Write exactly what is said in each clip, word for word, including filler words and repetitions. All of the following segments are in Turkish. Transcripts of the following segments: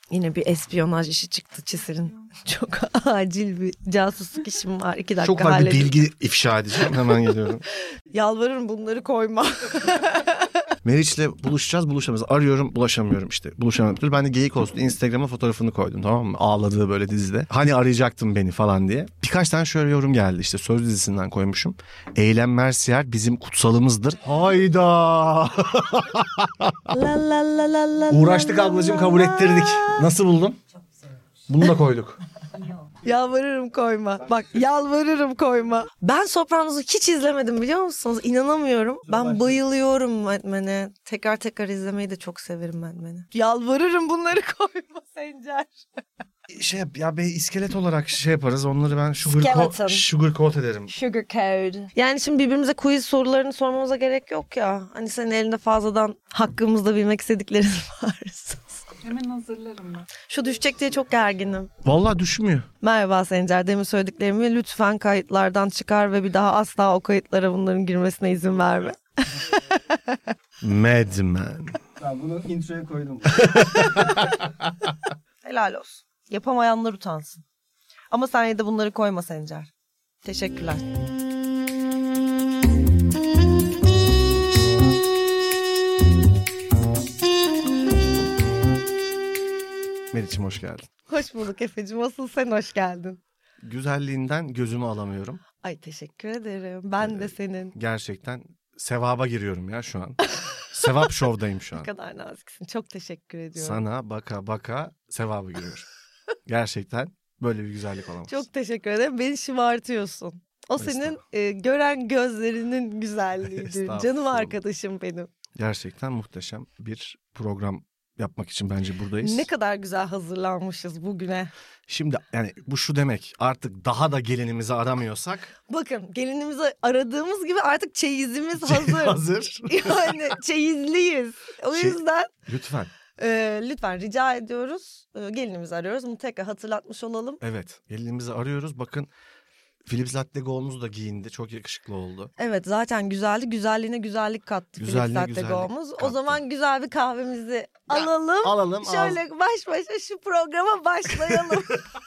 Yine bir espiyonaj işi çıktı Çisir'in. Çok acil bir casusluk işim var. İki dakika Çok ufak bir halledeyim. bilgi ifşa edeceğim. Hemen geliyorum. Yalvarırım bunları koyma. Meriç'le buluşacağız, buluşamıyoruz. Arıyorum, ulaşamıyorum işte. Buluşamıyorum. Ben de geyik olsun Instagram'a fotoğrafını koydum, tamam mı? Ağladığı böyle dizide. Hani arayacaktın beni falan diye. Birkaç tane şöyle yorum geldi işte. Söz dizisinden koymuşum. Eylem Mersiyer bizim kutsalımızdır. Hayda. La la la la la. Uğraştık ablacığım, kabul ettirdik. Nasıl buldun? Bunu da koyduk. Yalvarırım koyma. Bak yalvarırım koyma. Ben Sopranos'u hiç izlemedim biliyor musunuz? İnanamıyorum. Ben bayılıyorum Mad Men'e. Tekrar tekrar izlemeyi de çok severim Mad Men'i. Yalvarırım bunları koyma Sencer. Şey yap ya, be iskelet olarak şey yaparız. Onları ben sugar, Skeleton. co- sugar coat ederim. Sugar code. Yani şimdi birbirimize quiz sorularını sormamıza gerek yok ya. Hani senin elinde fazladan hakkımızda bilmek istedikleriniz var. Hemen hazırlarım ben. Şu düşecek diye çok gerginim. Vallahi düşmüyor. Merhaba Sencer, demin söylediklerimi lütfen kayıtlardan çıkar ve bir daha asla o kayıtlara bunların girmesine izin verme. Mad Men. Ben bunu introya koydum. Helal olsun. Yapamayanlar utansın. Ama sen yine de bunları koyma Sencer. Teşekkürler. Meriç'im hoş geldin. Hoş bulduk Efe'cim. Asıl sen hoş geldin. Güzelliğinden gözümü alamıyorum. Ay teşekkür ederim. Ben de senin. Gerçekten sevaba giriyorum ya şu an. Sevap şovdayım şu an. Ne kadar naziksin. Çok teşekkür ediyorum. Sana baka baka sevaba giriyorum. Gerçekten böyle bir güzellik olamaz. Çok teşekkür ederim. Beni şımartıyorsun. O senin e, gören gözlerinin güzelliğidir. Canım arkadaşım benim. Gerçekten muhteşem bir program yapmak için bence buradayız. Ne kadar güzel hazırlanmışız bugüne. Şimdi yani bu şu demek, artık daha da gelinimizi aramıyorsak. Bakın gelinimizi aradığımız gibi artık çeyizimiz hazır. Hazır. Yani çeyizliyiz. O Şey- yüzden Lütfen. e, lütfen rica ediyoruz. E, gelinimizi arıyoruz. Bunu tekrar hatırlatmış olalım. Evet, gelinimizi arıyoruz. Bakın Philips Latte Go'muz da giyindi. Çok yakışıklı oldu. Evet, zaten güzeldi. Güzelliğine güzellik kattı Güzelliğine Philips Latte güzellik Go'muz. O kattı. zaman güzel bir kahvemizi alalım. Alalım. Şöyle ağız- baş başa şu programa başlayalım.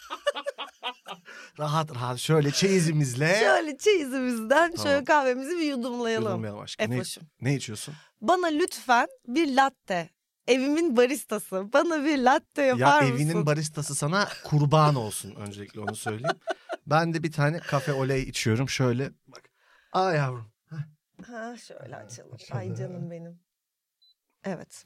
Rahat rahat şöyle çeyizimizle. Şöyle çeyizimizden Tamam. şöyle kahvemizi bir yudumlayalım. Yudumlayalım aşkım. Ne, Efoş'um. ne içiyorsun? Bana lütfen bir latte. Evimin baristası. Bana bir latte yapar Ya mısın? evinin baristası sana kurban olsun, öncelikle onu söyleyeyim. Ben de bir tane kafe oley içiyorum şöyle. Bak. Aa yavrum. Ha şöyle açalım. Ay canım benim. Evet.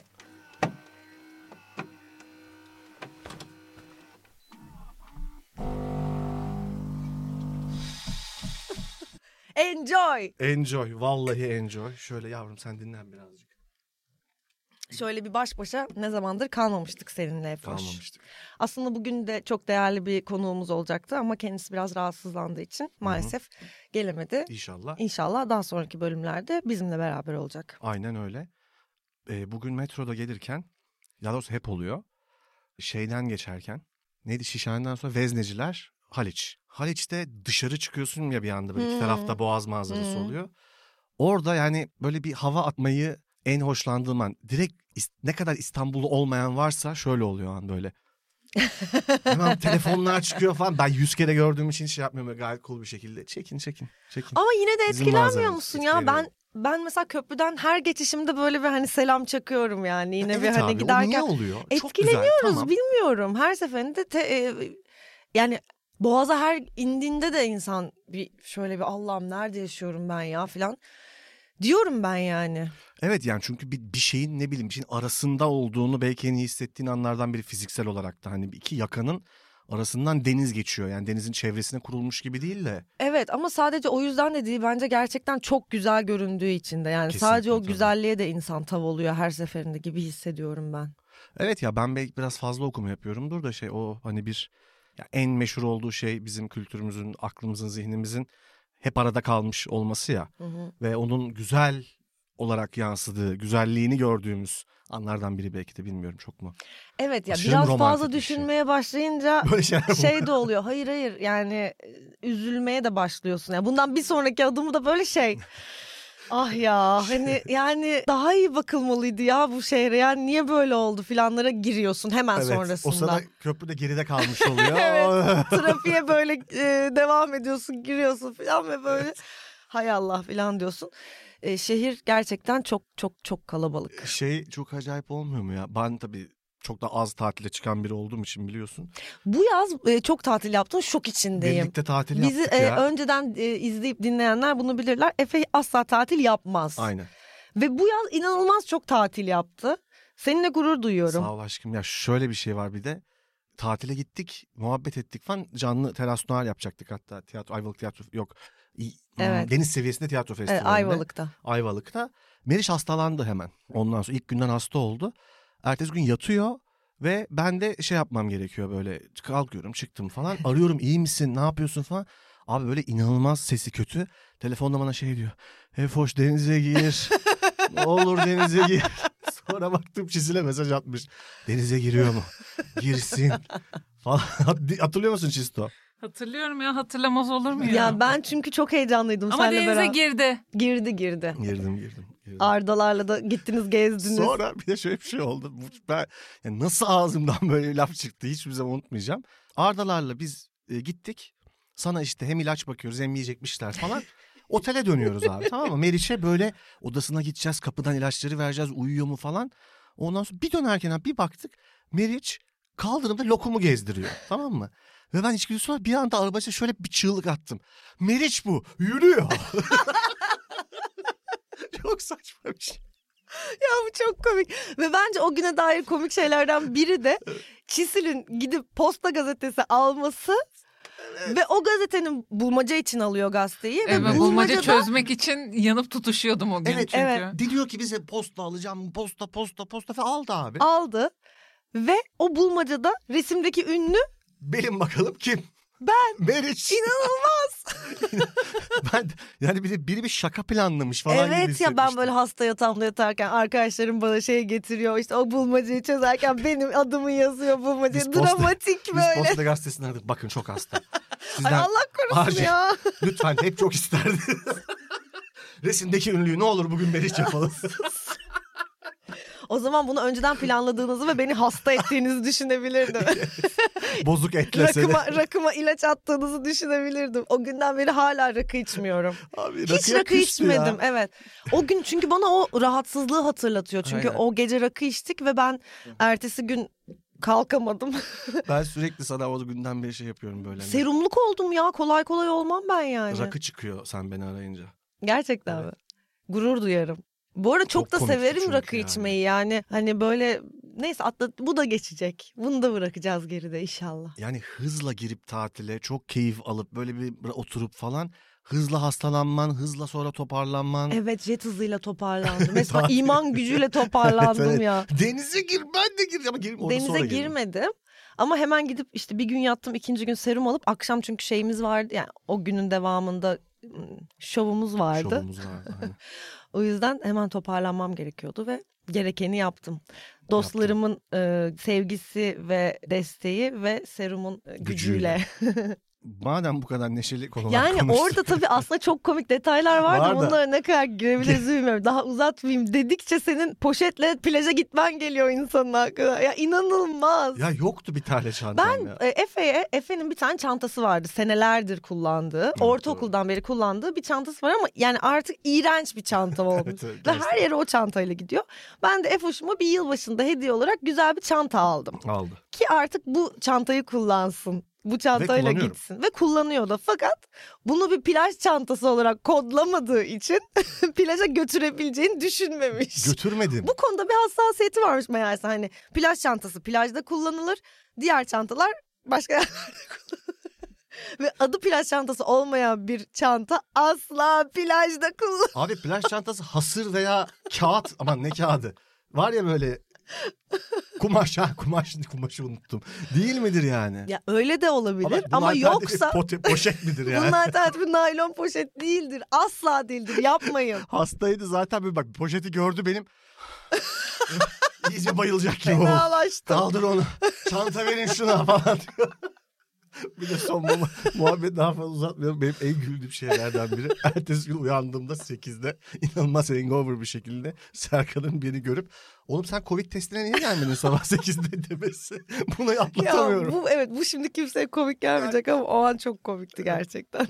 Enjoy. Enjoy. Vallahi enjoy. Şöyle yavrum sen dinlen birazcık. Şöyle bir baş başa ne zamandır kalmamıştık seninle Efoş. Kalmamıştık. Aslında bugün de çok değerli bir konuğumuz olacaktı ama kendisi biraz rahatsızlandığı için maalesef Hı-hı. gelemedi. İnşallah. İnşallah daha sonraki bölümlerde bizimle beraber olacak. Aynen öyle. Ee, bugün metroda gelirken, ya doğrusu hep oluyor. Şeyden geçerken, neydi, Şişhane'den sonra Vezneciler, Haliç. Haliç'te dışarı çıkıyorsun ya bir anda, böyle hmm. iki tarafta boğaz manzarası hmm. oluyor. Orada yani böyle bir hava atmayı en hoşlandığım an, direkt ne kadar İstanbullu olmayan varsa şöyle oluyor an böyle. Hemen telefonlar çıkıyor falan. Ben yüz kere gördüğüm için şey yapmıyorum, gayet cool bir şekilde. Çekin çekin çekin. Ama yine de etkilenmiyor musun ya? Ben ben mesela köprüden her geçişimde böyle bir hani selam çakıyorum yani. Yine evet bir hani abi, giderken. O niye oluyor? Etkileniyoruz, çok güzel, tamam. Bilmiyorum. Her seferinde te, e, yani Boğaz'a her indiğinde de insan bir şöyle bir Allah'ım nerede yaşıyorum ben ya falan diyorum ben yani. Evet yani çünkü bir, bir şeyin ne bileyim bir şeyin arasında olduğunu belki en iyi hissettiğin anlardan biri fiziksel olarak da, hani iki yakanın arasından deniz geçiyor. Yani denizin çevresine kurulmuş gibi değil de. Evet ama sadece o yüzden de değil, bence gerçekten çok güzel göründüğü için de yani. Kesinlikle, sadece o tabii. Güzelliğe de insan tav oluyor her seferinde gibi hissediyorum ben. Evet ya, ben belki biraz fazla okuma yapıyorumdur da şey, o hani bir ya en meşhur olduğu şey bizim kültürümüzün, aklımızın, zihnimizin hep arada kalmış olması ya. Hı hı. Ve onun güzel olarak yansıdığı, güzelliğini gördüğümüz anlardan biri belki de, bilmiyorum çok mu? Evet ya, aşırı biraz fazla düşünmeye şey. başlayınca şey de oluyor. Hayır hayır yani üzülmeye de başlıyorsun. Yani bundan bir sonraki adımı da böyle şey. Ah ya hani yani daha iyi bakılmalıydı ya bu şehre. Yani niye böyle oldu filanlara giriyorsun hemen Evet, sonrasında. o sırada köprü de geride kalmış oluyor. Evet, trafiğe böyle e, devam ediyorsun, giriyorsun filan ve böyle hay Allah filan diyorsun. E, şehir gerçekten çok çok çok kalabalık. Şey çok acayip olmuyor mu ya? Ben tabii çok da az tatile çıkan biri olduğum için biliyorsun. Bu yaz e, çok tatil yaptım, şok içindeyim. Birlikte tatil Bizi yaptık e, ya. önceden e, izleyip dinleyenler bunu bilirler. Efe asla tatil yapmaz. Aynen. Ve bu yaz inanılmaz çok tatil yaptı. Seninle gurur duyuyorum. Sağ ol aşkım. Ya şöyle bir şey var bir de. Tatile gittik, muhabbet ettik falan. Canlı teras noir yapacaktık hatta. Tiyatro, Ayvalık tiyatro yok. İ- Evet. Deniz seviyesinde tiyatro Evet, festivalinde. Ayvalık'ta. Ayvalık'ta. Meriç hastalandı hemen. Ondan sonra ilk günden hasta oldu. Ertesi gün yatıyor ve ben de şey yapmam gerekiyor böyle. Kalkıyorum, çıktım falan. Arıyorum, iyi misin, ne yapıyorsun falan. Abi böyle inanılmaz sesi kötü. Telefonda bana şey diyor. Efoş denize gir. Ne olur denize gir. Sonra baktım Çizil'e mesaj atmış. Denize giriyor mu? Girsin. Falan. Hatırlıyor musun Çisto? Hatırlıyorum ya, hatırlamaz olur mu ya? Ya ben çünkü çok heyecanlıydım. Ama seninle denize beraber. girdi. Girdi girdi. Girdim girdim. girdim. Ardalarla da gittiniz, gezdiniz. Sonra bir de şöyle bir şey oldu. Bu- Ben yani nasıl ağzımdan böyle laf çıktı hiçbir zaman unutmayacağım. Ardalarla biz e, gittik. Sana işte hem ilaç bakıyoruz hem yiyecekmişler falan. Otele dönüyoruz abi, tamam mı? Meriç'e böyle odasına gideceğiz, kapıdan ilaçları vereceğiz, uyuyor mu falan. Ondan sonra bir dönerken abi bir baktık Meriç kaldırımda lokumu gezdiriyor, tamam mı? Ve ben içgüdüsü var bir anda arabacıya şöyle bir çığlık attım. Meriç bu yürüyor. Çok saçma bir şey. Ya bu çok komik. Ve bence o güne dair komik şeylerden biri de Çisil'in gidip Posta gazetesi alması ve o gazetenin bulmaca için alıyor gazeteyi. Evet, ve bulmaca bulmacada- çözmek için yanıp tutuşuyordum o gün Evet, çünkü. evet. Diyor ki bize posta alacağım, posta posta posta falan aldı abi. aldı ve o bulmacada resimdeki ünlü Benim bakalım kim? ben. Meriç. İnanılmaz. Ben yani bir de biri bir şaka planlamış falan gibi Evet ya, ben hissetmiştim. böyle hasta yatağımda yatarken arkadaşlarım bana şey getiriyor, işte o bulmacayı çözerken benim adımı yazıyor bulmacayı. Biz posta- Dramatik Biz böyle. Posta Gazetesi'nden aradık. Bakın çok hasta. Ay Sizden Allah korusun acil. ya. Lütfen hep çok isterdi. Resimdeki ünlüyü ne olur bugün Meriç yapalım. O zaman bunu önceden planladığınızı ve beni hasta ettiğinizi düşünebilirdim. Bozuk etle seni. rakıma, rakıma ilaç attığınızı düşünebilirdim. O günden beri hala rakı içmiyorum. Abi, Hiç rakıya rakı küstü içmedim, ya. evet. O gün çünkü bana o rahatsızlığı hatırlatıyor. Çünkü Aynen. o gece rakı içtik ve ben ertesi gün kalkamadım. Ben sürekli sana o günden beri şey yapıyorum böyle. Serumluk oldum ya, kolay kolay olmam ben yani. Rakı çıkıyor sen beni arayınca. Gerçekten Evet. mi? Gurur duyarım. Bu arada çok, Çok da komikti severim çünkü rakı yani. içmeyi yani. Hani böyle neyse atla, bu da geçecek. Bunu da bırakacağız geride inşallah. Yani hızla girip tatile çok keyif alıp böyle bir oturup falan hızla hastalanman, hızla sonra toparlanman. Evet, jet hızıyla toparlandım. Mesela Tatil. iman gücüyle toparlandım Evet, evet. ya. Denize gir, ben de gir ama girme orada sonra Denize girelim. girmedim. Ama hemen gidip işte bir gün yattım, ikinci gün serum alıp akşam çünkü şeyimiz vardı. Yani o günün devamında ım, şovumuz vardı. Şovumuz vardı. aynen. O yüzden hemen toparlanmam gerekiyordu ve gerekeni yaptım. Dostlarımın e, sevgisi ve desteği ve serumun e, gücüyle. Madem bu kadar neşeli konular Yani konuştuk. orada tabii aslında çok komik detaylar var Var da da. onlara ne kadar girebiliriz bilmiyorum. Daha uzatmayayım dedikçe senin poşetle plaja gitmen geliyor insanın aklına. Ya inanılmaz. Ya yoktu bir tane çantam Ben ya. e, Efe'ye, Efe'nin bir tane çantası vardı. Senelerdir kullandığı, ortaokuldan beri kullandığı bir çantası var ama yani artık iğrenç bir çanta olmuş. Evet, evet, Ve gerçekten. her yere o çantayla gidiyor. Ben de Efoş'uma bir yılbaşında hediye olarak güzel bir çanta aldım. Aldı. Ki artık bu çantayı kullansın. Bu çantayla kullanıyorum. gitsin. Ve kullanıyor da. Fakat bunu bir plaj çantası olarak kodlamadığı için plaja götürebileceğini düşünmemiş. Götürmedim. Bu konuda bir hassasiyeti varmış meğerse, hani plaj çantası plajda kullanılır, diğer çantalar başka yerlerde kullanılır. Ve adı plaj çantası olmayan bir çanta asla plajda kullanılır. Abi plaj çantası hasır veya kağıt, aman ne kağıdı? Var ya böyle kumaş, ha kumaş, kumaşı unuttum. Değil midir yani? Ya öyle de olabilir bu ama alternatif yoksa pote- poşet midir yani? bunun alternatifi naylon poşet değildir. Asla değildir. Yapmayın. Hastaydı zaten, bir bak poşeti gördü benim. İyice bayılacak gibi oldu. Fenalaştım. Kaldır onu. Çanta verin şuna falan diyor. Bir de son mu- muhabbet daha fazla uzatmayalım. Benim en güldüğüm şeylerden biri. Ertesi gün uyandığımda sekizde inanılmaz hangover bir şekilde Serkan'ın beni görüp oğlum sen Covid testine niye gelmedin sabah sekizde demesi. Bunu Ya atlatamıyorum. bu evet bu şimdi kimseye komik gelmeyecek ama o an çok komikti gerçekten.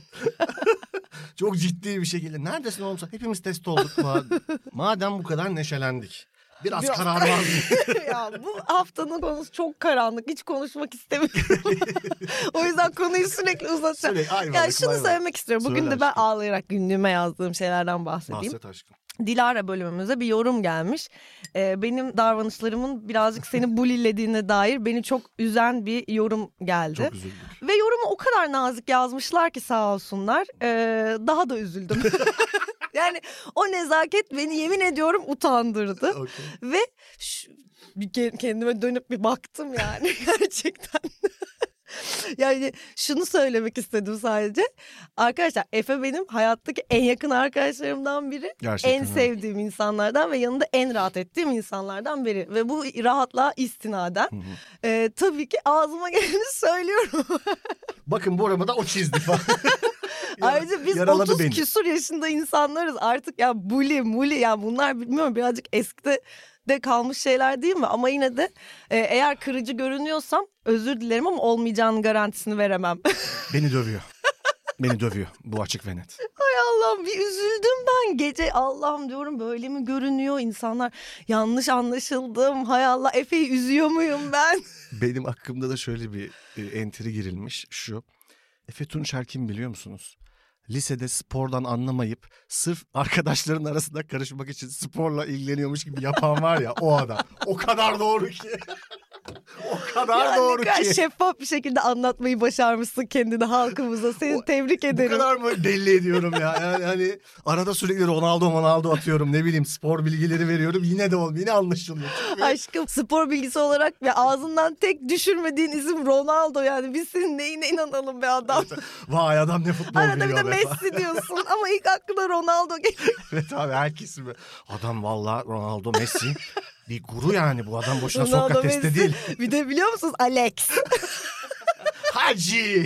Çok ciddi bir şekilde. Neredesin oğlum sen? Hepimiz test olduk falan. Madem bu kadar neşelendik. Biraz, Biraz- karar var. Ya bu haftanın konusu çok karanlık. Hiç konuşmak istemiyorum. O yüzden konuyu sürekli uzatacağım. Sürekli ayvalık, Ya şunu mayvalık. söylemek istiyorum. Bugün Söyle de ben aşkım. ağlayarak günlüğüme yazdığım şeylerden bahsedeyim. Bahset aşkım. Dilara bölümümüze bir yorum gelmiş. Ee, benim davranışlarımın birazcık seni bulilediğine dair beni çok üzen bir yorum geldi. Çok üzüldük. Ve yorumu o kadar nazik yazmışlar ki sağ olsunlar. Ee, daha da üzüldüm. Yani o nezaket beni yemin ediyorum utandırdı. Okay. Ve şu, bir ke- kendime dönüp bir baktım yani gerçekten. Yani şunu söylemek istedim sadece. Arkadaşlar Efe benim hayattaki en yakın arkadaşlarımdan biri. Gerçekten en öyle. sevdiğim insanlardan ve yanında en rahat ettiğim insanlardan biri. Ve bu rahatlığa istinaden Hı hı. e, tabii ki ağzıma geleni söylüyorum. Bakın bu arada o çizdi falan. Ayrıca biz yaraladı otuz beni. küsur yaşında insanlarız. Artık ya bully muli ya bunlar bilmiyorum birazcık eskide de kalmış şeyler değil mi? Ama yine de e, eğer kırıcı görünüyorsam özür dilerim ama olmayacağının garantisini veremem. Beni dövüyor. Beni dövüyor. Bu açık ve net. Hay Allah'ım bir üzüldüm ben gece. Allah'ım diyorum böyle mi görünüyor insanlar? Yanlış anlaşıldım. Hay Allah Efe'yi üzüyor muyum ben? Benim hakkımda da şöyle bir e, entry girilmiş şu. Efe Tunçer kim biliyor musunuz? Lisede spordan anlamayıp sırf arkadaşların arasında karışmak için sporla ilgileniyormuş gibi yapan var ya o adam. O kadar doğru ki. O kadar Ya doğru ne kadar ki. şeffaf bir şekilde anlatmayı başarmışsın kendini halkımıza. Seni O- tebrik Bu ederim. kadar mı belli ediyorum ya? Yani hani arada sürekli Ronaldo Ronaldo atıyorum. Ne bileyim spor bilgileri veriyorum. Yine de olmuyor. Yine anlaşılmıyor. Çünkü Aşkım spor bilgisi olarak ve ağzından tek düşürmediğin isim Ronaldo yani biz senin neyine inanalım be adam. vay adam ne futbol Arada bir biliyor de be. Messi diyorsun ama ilk aklına Ronaldo geliyor. Evet abi herkes mi? Adam valla Ronaldo Messi bir guru yani bu adam boşuna Ronaldo Sokrates'te Messi. değil. Bir de biliyor musunuz Alex. Hacı.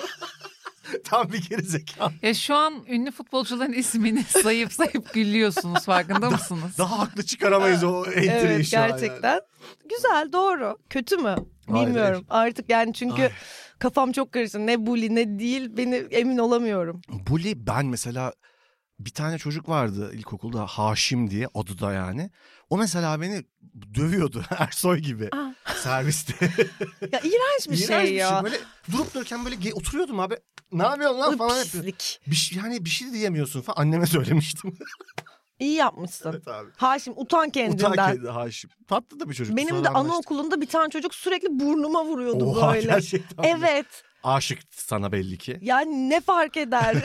Tam bir geri zekalı. Ya şu an ünlü futbolcuların ismini sayıp sayıp gülüyorsunuz farkında mısınız? Daha haklı çıkaramayız o entry'yi Evet şu an gerçekten. yani. Güzel doğru. Kötü mü? Hayır, Bilmiyorum. Artık yani çünkü Ay. kafam çok karıştı. Ne bully ne değil beni emin olamıyorum. Bully ben mesela bir tane çocuk vardı ilkokulda Haşim diye adı da yani. O mesela beni dövüyordu Ersoy gibi Aa. serviste. Ya iğrenç bir İğrenç şey ya. Böyle durup dururken böyle ge- oturuyordum abi. Ne yapıyorsun lan Iı, falan yapıyor. Pislik. Bir şey, yani bir şey diyemiyorsun falan. Anneme söylemiştim. İyi yapmışsın. Evet abi. Haşim utan kendinden. Utan kendi Haşim. Tatlı da bir çocuk. Benim Sonra de anlaştık. anaokulunda bir tane çocuk sürekli burnuma vuruyordu Oha, böyle. gerçekten mi? Evet. Aşık sana belli ki. Yani ne fark eder?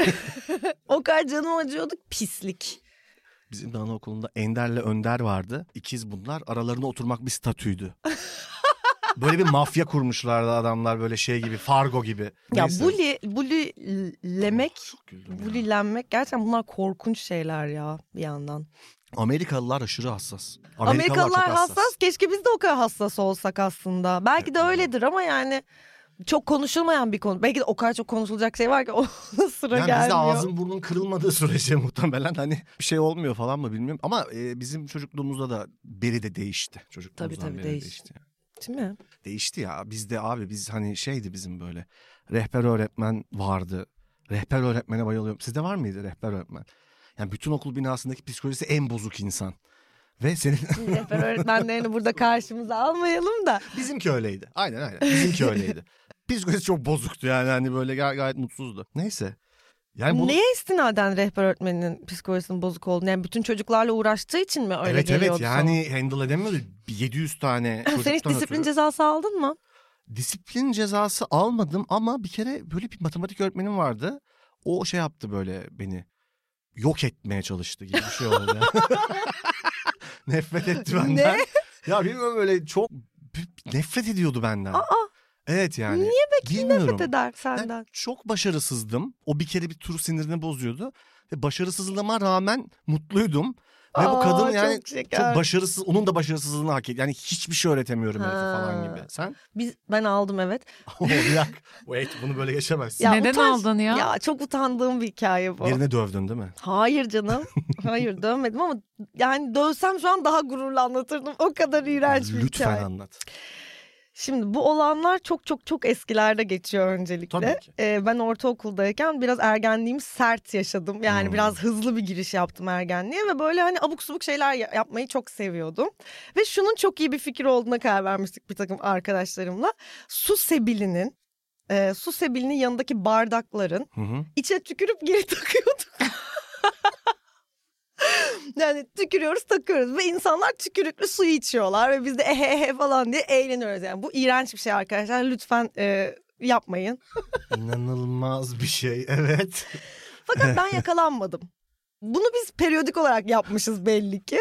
O kadar canım acıyordu. Pislik. Bizim de anaokulunda Ender'le Önder vardı. İkiz bunlar. Aralarına oturmak bir statüydü. Böyle bir mafya kurmuşlardı adamlar böyle şey gibi Fargo gibi. Ya Neyse. bully, bullylemek, Çok güldüm ya. bullylenmek gerçekten bunlar korkunç şeyler ya bir yandan. Amerikalılar aşırı hassas. Amerikalılar çok hassas. Keşke biz de o kadar hassas olsak aslında. Belki de öyledir ama yani çok konuşulmayan bir konu. Belki de o kadar çok konuşulacak şey var ki o sıra Yani gelmiyor. bizde ağzın burnun kırılmadığı sürece muhtemelen hani bir şey olmuyor falan mı bilmiyorum. Ama e, bizim çocukluğumuzda da biri de değişti. Çocukluğumuzdan Tabii, tabii, beri de değişti. yani. Değil mi? Değişti ya. Bizde abi biz hani şeydi bizim böyle. Rehber öğretmen vardı. Rehber öğretmene bayılıyorum. Sizde var mıydı rehber öğretmen? Yani bütün okul binasındaki psikolojisi en bozuk insan. Ve senin Rehber öğretmenlerini burada karşımıza almayalım da. bizimki öyleydi. Aynen aynen. Bizimki öyleydi. Psikolojisi çok bozuktu yani hani böyle gay- gayet mutsuzdu. Neyse. Yani bunu... Neye istinaden rehber öğretmeninin psikolojisinin bozuk olduğunu? Yani bütün çocuklarla uğraştığı için mi öyle Evet geliyordu evet yani handle edemiyordu. yedi yüz tane sana? çocuktan Sen hiç disiplin ötürü. cezası aldın mı? Disiplin cezası almadım ama bir kere böyle bir matematik öğretmenim vardı. O şey yaptı böyle beni. Yok etmeye çalıştı gibi bir şey oldu. Nefret etti benden. Ne? Ya bilmiyorum böyle çok nefret ediyordu benden. Aa, Evet yani. niye peki bilmiyorum. nefret eder Ben senden? çok başarısızdım. O bir kere bir tur sinirini bozuyordu. Ve başarısızlığıma rağmen mutluydum. Ve bu Aa, kadın yani çok çok, şeker. başarısız, onun da başarısızlığını hak ediyor. Yani hiçbir şey öğretemiyorum herife Ha. falan gibi. Sen? Biz, ben aldım evet. Oh, bir dakika. Wait, bunu böyle geçemezsin. Ya Neden utanç- aldın ya? Ya çok utandığım bir hikaye bu. Birini dövdün değil mi? Hayır canım. Hayır dövmedim ama yani dövsem şu an daha gururla anlatırdım. O kadar iğrenç bir Lütfen hikaye. anlat. Şimdi bu olanlar çok çok çok eskilerde geçiyor öncelikle. Tabii ki. Ee, ben ortaokuldayken biraz ergenliğimi sert yaşadım. Yani Hmm. biraz hızlı bir giriş yaptım ergenliğe ve böyle hani abuk subuk şeyler ya- yapmayı çok seviyordum. Ve şunun çok iyi bir fikir olduğuna karar vermiştik bir takım arkadaşlarımla. Su sebilinin, e, su sebilinin yanındaki bardakların Hı hı. içe tükürüp geri takıyorduk. Yani tükürüyoruz takıyoruz ve insanlar tükürüklü suyu içiyorlar ve biz de ehe ehe falan diye eğleniyoruz. Yani bu iğrenç bir şey arkadaşlar, lütfen e, yapmayın. İnanılmaz bir şey, evet. Fakat ben yakalanmadım. Bunu biz periyodik olarak yapmışız belli ki.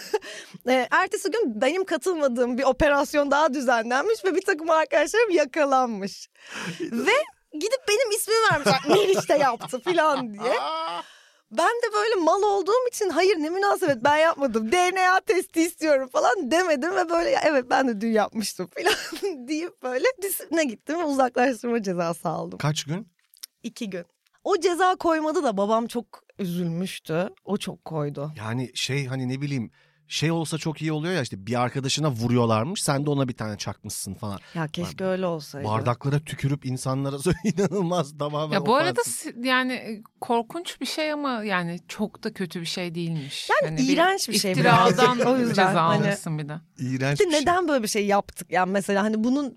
E, ertesi gün benim katılmadığım bir operasyon daha düzenlenmiş ve bir takım arkadaşlarım yakalanmış. Ve gidip benim ismimi vermişler. Meriç de yaptı falan diye. Ben de böyle mal olduğum için hayır ne münasebet ben yapmadım. D N A testi istiyorum falan demedim ve böyle ya, evet ben de dün yapmıştım falan deyip böyle disipline gittim ve uzaklaştırma cezası aldım. Kaç gün? İki gün. O ceza koymadı da babam çok üzülmüştü. O çok koydu. Yani şey hani ne bileyim şey olsa çok iyi oluyor ya işte bir arkadaşına vuruyorlarmış sen de ona bir tane çakmışsın falan. Ya keşke öyle olsaydı. Bardaklara tükürüp insanlara inanılmaz tamamen Ya bu arada ofansif. si- yani e, korkunç bir şey ama yani çok da kötü bir şey değilmiş. Yani iğrenç bir şey birazcık. İftiradan O yüzden ceza hani- alırsın bir de. İğrenç İşte bir şey. neden böyle bir şey yaptık? Yani mesela hani bunun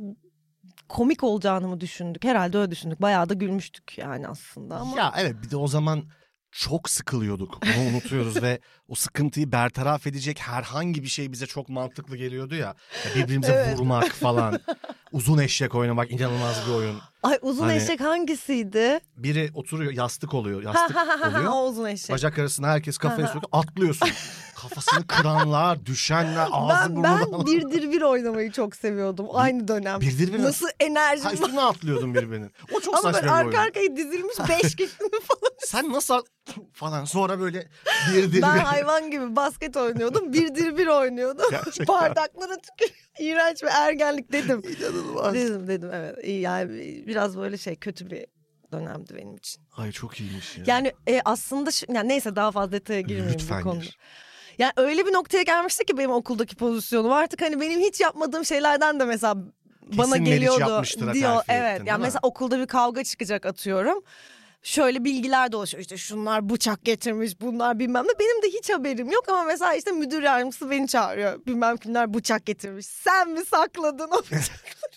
komik olacağını mı düşündük? Herhalde öyle düşündük. Bayağı da gülmüştük yani aslında ama. Ya evet bir de o zaman çok sıkılıyorduk. Bunu unutuyoruz ve o sıkıntıyı bertaraf edecek herhangi bir şey bize çok mantıklı geliyordu ya. Ya birbirimize Evet. vurmak falan. Uzun eşek oynamak inanılmaz bir oyun. Ay uzun Hani- eşek hangisiydi? Biri oturuyor yastık oluyor. Yastık oluyor. O uzun eşek. Bacak arasına herkes kafayı sokuyor. Atlıyorsun. Kafasını kıranlar, düşenler, ağzı Ben, burnu ben falan. birdir bir oynamayı çok seviyordum aynı dönem. Birdir bir mi? Nasıl enerjim Ha, var. üstüne atlıyordun birbirinin. O çok Ama saçma böyle bir oyun. arka arkaya dizilmiş beş kişi falan. Sen nasıl falan sonra böyle birdir Ben bir. hayvan gibi basket oynuyordum. Birdir bir oynuyordum. Gerçekten. Bardaklara tükür. İğrenç bir ergenlik dedim. İnanılmaz. Dedim dedim evet. İyi, yani biraz böyle şey kötü bir dönemdi benim için. Ay çok iyiymiş ya. Yani e, aslında şu, yani neyse daha fazla detaya girmeyeyim Lütfen bu konuda. gir. Yani öyle bir noktaya gelmişti ki benim okuldaki pozisyonum artık hani benim hiç yapmadığım şeylerden de mesela bana Kesin Meriç geliyordu yapmıştır, diyor. terfi Evet ettin, yani değil mi? mesela okulda bir kavga çıkacak atıyorum. Şöyle bilgiler dolaşıyor işte şunlar bıçak getirmiş bunlar bilmem ne. Benim de hiç haberim yok ama mesela işte müdür yardımcısı beni çağırıyor. Bilmem kimler bıçak getirmiş. Sen mi sakladın o bıçakları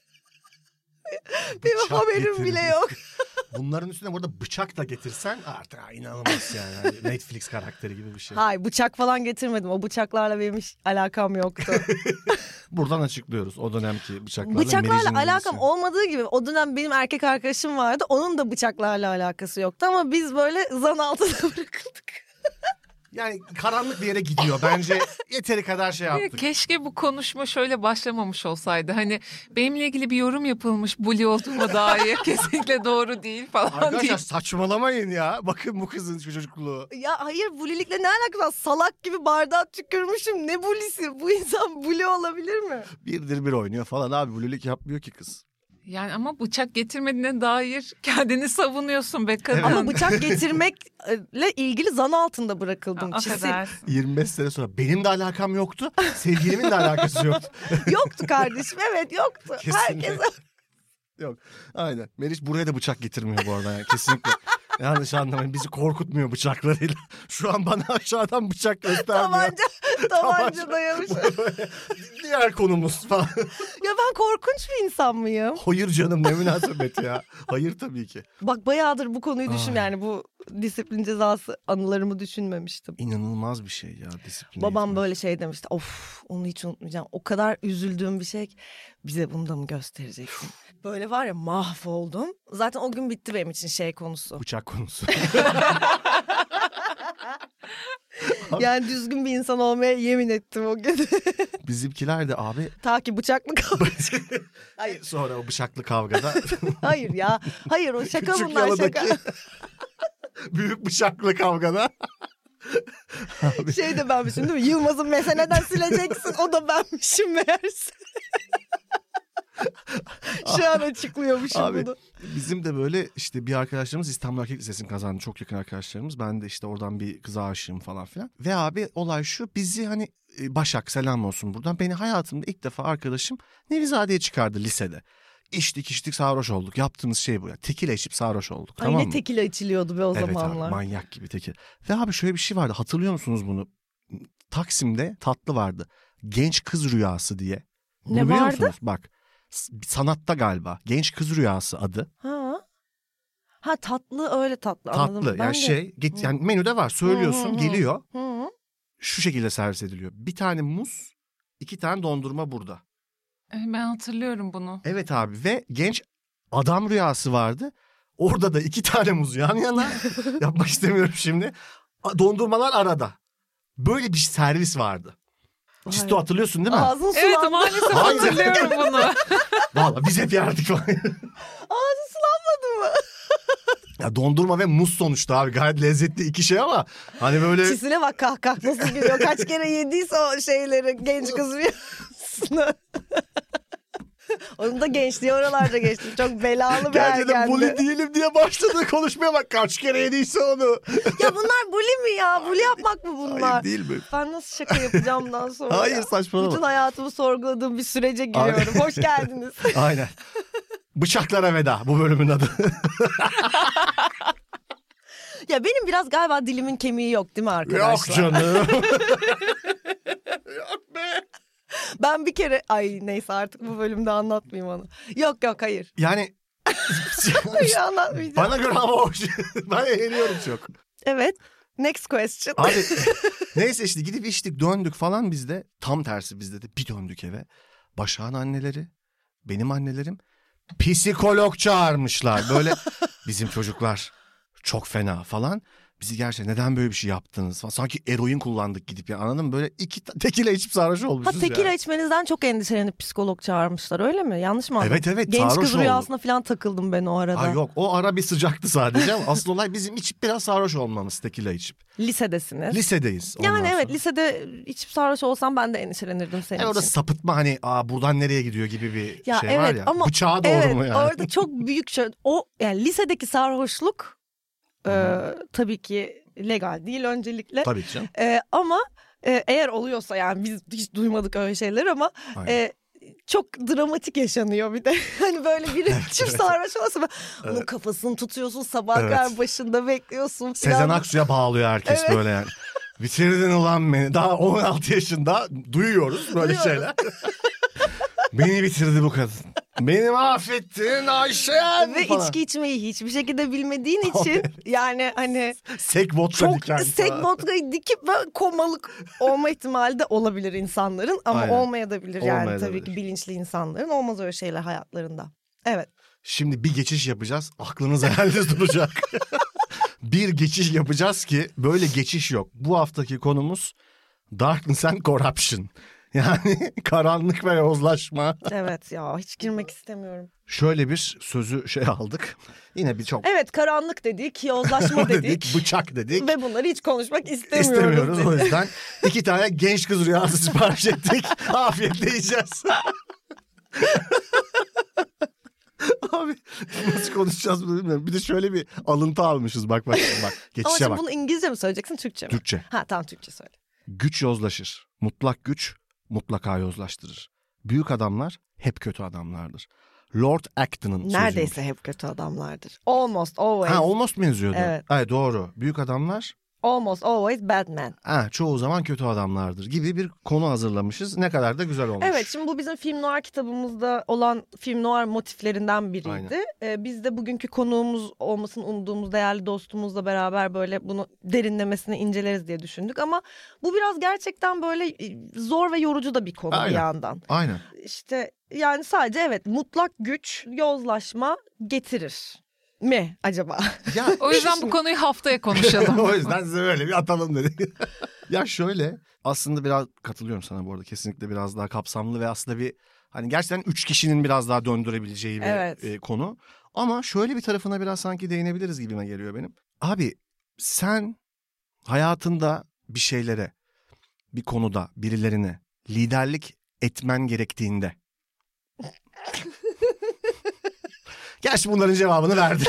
diye. Benim Bıçak haberim getirmiş. bile yok. Bunların üstüne burada bıçak da getirsen artık ha, inanılmaz yani. Hani Netflix karakteri gibi bir şey. Hayır bıçak falan getirmedim. O bıçaklarla benim hiç alakam yoktu. Buradan açıklıyoruz o dönemki bıçaklarla. Bıçaklarla Meriç'in alakam ilgisi. olmadığı gibi o dönem benim erkek arkadaşım vardı. Onun da bıçaklarla alakası yoktu ama biz böyle zan altına bırakıldık. Yani karanlık bir yere gidiyor. Bence yeteri kadar şey yaptık. Keşke bu konuşma şöyle başlamamış olsaydı. Hani benimle ilgili bir yorum yapılmış bully olduğuma dair kesinlikle doğru değil falan Arkadaşlar diye. saçmalamayın ya. Bakın bu kızın çocukluğu. Ya hayır bulilikle ne alakası var? Salak gibi bardağa tükürmüşüm. Ne bulisi? Bu insan bully olabilir mi? Birdir bir oynuyor falan abi. Blülik yapmıyor ki kız. Yani ama bıçak getirmediğine dair kendini savunuyorsun be kadın. Ama bıçak getirmekle ilgili zan altında bırakıldım. Çisil. Affedersin. yirmi beş sene sonra benim de alakam yoktu. Sevgilimin de alakası yoktu. Yoktu kardeşim evet yoktu. Kesinlikle. Herkes Yok. Aynen. Meriç buraya da bıçak getirmiyor bu arada yani. Kesinlikle. Yanlış anlamayın. Bizi korkutmuyor bıçaklarıyla. Şu an bana aşağıdan bıçak göstermiyor. tabanca, tabanca dayamış. Diğer konumuz falan. Ya ben korkunç bir insan mıyım? Hayır canım ne münasebet ya. Hayır tabii ki. Bak bayağıdır bu konuyu düşün Ay. yani bu disiplin cezası anılarımı düşünmemiştim. İnanılmaz bir şey ya disiplin. Babam eğitimi. böyle şey demişti. Of onu hiç unutmayacağım. O kadar üzüldüğüm bir şey ki bize bunu da mı göstereceksin? Böyle var ya mahvoldum. Zaten o gün bitti benim için şey konusu. Bıçak konusu. Yani düzgün bir insan olmaya yemin ettim o gün. Bizimkiler de abi Ta ki bıçak mı kaldı? hayır. Sonra o bıçaklı kavgada Hayır ya. Hayır o şaka Küçük bunlar şaka. yalıdaki büyük bıçaklı kavgada Abi, Şey de benmişim değil mi? Yılmaz'ın meseneden sileceksin. O da benmişim meğerse. Şu an açıklıyormuşum Abi, bunu. bizim de böyle işte bir arkadaşlarımız İstanbul Erkek Lisesi'ni kazandı. Çok yakın arkadaşlarımız. Ben de işte oradan bir kıza aşığım falan filan. Ve abi olay şu, bizi hani e, Başak selam olsun buradan. Beni hayatımda ilk defa arkadaşım Nevizade'ye çıkardı lisede. İçtik içtik sarhoş olduk. Yaptığımız şey bu ya. Tekile içip sarhoş olduk. Ay tamam ne mı? tekile içiliyordu be o Evet zamanlar. abi, manyak gibi tekil. Ve abi şöyle bir şey vardı, hatırlıyor musunuz bunu? Taksim'de tatlı vardı. Genç Kız Rüyası diye. Bunu Ne biliyor vardı? musunuz? Bak s- sanatta galiba. Genç Kız Rüyası adı. Ha. Ha tatlı öyle tatlı, anladım. Tatlı Ben yani de- şey git yani menüde var, söylüyorsun, Hı hı hı. geliyor. Hı hı. Şu şekilde servis ediliyor. Bir tane muz, iki tane dondurma burada. E, Ben hatırlıyorum bunu. Evet abi, ve genç adam rüyası vardı. Orada da iki tane muz yan yana. Yapmak istemiyorum şimdi. A- Dondurmalar arada. Böyle bir servis vardı. Vay. Çisto hatırlıyorsun değil mi? Ağzın Evet sulandı. maalesef Hayır. hatırlıyorum bunu. Vallahi biz hep yerdik falan. Ağzın sulanmadı mı? Ya dondurma ve muz sonuçta abi. Gayet lezzetli iki şey ama hani böyle... Çizine bak kahkah nasıl gülüyor. Kaç kere yediyse o şeyleri, genç kız rüyasını. Onun da gençliği oralarda geçti. Çok belalı bir Gerçekten bully ergendi. değilim diye başladı konuşmaya, bak kaç kere yediyse onu. Ya bunlar bully mi ya? Bully yapmak mı bunlar? Hayır değil mi? Ben nasıl şaka yapacağım bundan sonra? Hayır, ya? saçmalama. Bütün hayatımı sorguladığım bir sürece giriyorum. Hoş geldiniz. Aynen. Bıçaklara veda bu bölümün adı. Ya benim biraz galiba dilimin kemiği yok değil mi arkadaşlar? Yok canım. Yok be. Ben bir kere... Ay neyse artık bu bölümde anlatmayayım onu. Yok yok hayır. Yani Hayır anlatmayacağım. bana göre ama o şey- ben eğleniyorum çok. Evet. Next question. Abi neyse işte gidip içtik döndük falan, biz de tam tersi, bizde de bir döndük eve. Başak'ın anneleri, benim annelerim psikolog çağırmışlar. Böyle bizim çocuklar çok fena falan. Bizi gerçekten neden böyle bir şey yaptınız falan. Sanki eroin kullandık gidip ya, anladın mı? Böyle iki ta- tekile içip sarhoş Ha olmuşuz tekila ya. içmenizden çok endişelenip psikolog çağırmışlar öyle mi? Yanlış mı anladım? Evet, evet, Genç sarhoş kız olduk. rüyasına falan takıldım ben o arada. Ha yok, o ara bir sıcaktı sadece ama asıl olay bizim içip biraz sarhoş olmamız, tekila içip. Lisedesiniz. Lisedeyiz. ondan Yani evet sonra. lisede içip sarhoş olsam ben de endişelenirdim senin Yani orada için. sapıtma, hani aa buradan nereye gidiyor gibi bir Ya şey var evet ya. ama Bıçağa doğru evet, mu yani? orada çok büyük şey. O yani lisedeki sarhoşluk e, tabii ki legal değil öncelikle. Tabii ki canım. E, ama e, eğer oluyorsa yani biz hiç duymadık öyle şeyler ama Aynen. e, çok dramatik yaşanıyor bir de. Hani böyle biri çift sarhoş olsa onun Evet. kafasını tutuyorsun sabah kadar Evet. başında bekliyorsun. Sezen falan. Aksu'ya bağlıyor herkes Evet. böyle yani. Bitirdin ulan beni. Daha on altı yaşında duyuyoruz böyle Duyuyoruz. şeyler. Beni bitirdi bu kadın. Beni mahvettin Ayşen Ve falan. içki içmeyi hiçbir şekilde bilmediğin için yani hani Sek vodka çok diken sek falan. vodkayı dikip böyle komalık olma ihtimali de olabilir insanların ama Aynen. olmayabilir yani Olmayabilir. tabii ki bilinçli insanların olmaz öyle şeyler hayatlarında. Evet. Şimdi bir geçiş yapacağız. Aklınız hayaliniz duracak. Bir geçiş yapacağız ki böyle geçiş yok. Bu haftaki konumuz Darkness and Corruption. Yani karanlık ve yozlaşma. Evet ya hiç girmek istemiyorum. Şöyle bir sözü şey aldık. Yine bir çok Evet karanlık dedik, yozlaşma dedik. bıçak dedik. Ve bunları hiç konuşmak istemiyoruz. İstemiyoruz dedik. o yüzden. iki tane genç kız rüyası sipariş ettik. Afiyetle yiyeceğiz. Abi nasıl konuşacağız bunu bilmiyorum. Bir de şöyle bir alıntı almışız. Bak bak bak. Ama Geçişe şimdi bak. bunu İngilizce mi söyleyeceksin Türkçe mi? Türkçe. Ha tamam Türkçe söyle. Güç yozlaşır. Mutlak güç mutlaka yozlaştırır. Büyük adamlar hep kötü adamlardır. Lord Acton'ın sözüymüş. Neredeyse hep kötü adamlardır. Almost always. Ha almost mu yazıyordu? Evet. Ay doğru. Büyük adamlar Almost always bad men. ha, çoğu zaman kötü adamlardır gibi bir konu hazırlamışız. Ne kadar da güzel olmuş. Evet şimdi bu bizim film noir kitabımızda olan film noir motiflerinden biriydi. Aynen. Ee, biz de bugünkü konuğumuz olmasını umduğumuz değerli dostumuzla beraber böyle bunu derinlemesine inceleriz diye düşündük. Ama bu biraz gerçekten böyle e, zor ve yorucu da bir konu Aynen. bir yandan. Aynen. İşte yani sadece evet mutlak güç yozlaşma getirir mi acaba? Ya, O yüzden bu konuyu haftaya konuşalım. o yüzden size böyle bir atalım dedik. Ya şöyle aslında biraz katılıyorum sana bu arada. Kesinlikle biraz daha kapsamlı ve aslında bir hani gerçekten üç kişinin biraz daha döndürebileceği bir Evet. e, konu. Ama şöyle bir tarafına biraz sanki değinebiliriz gibime geliyor benim. Abi sen hayatında bir şeylere, bir konuda birilerine liderlik etmen gerektiğinde. Gerçi bunların cevabını verdi.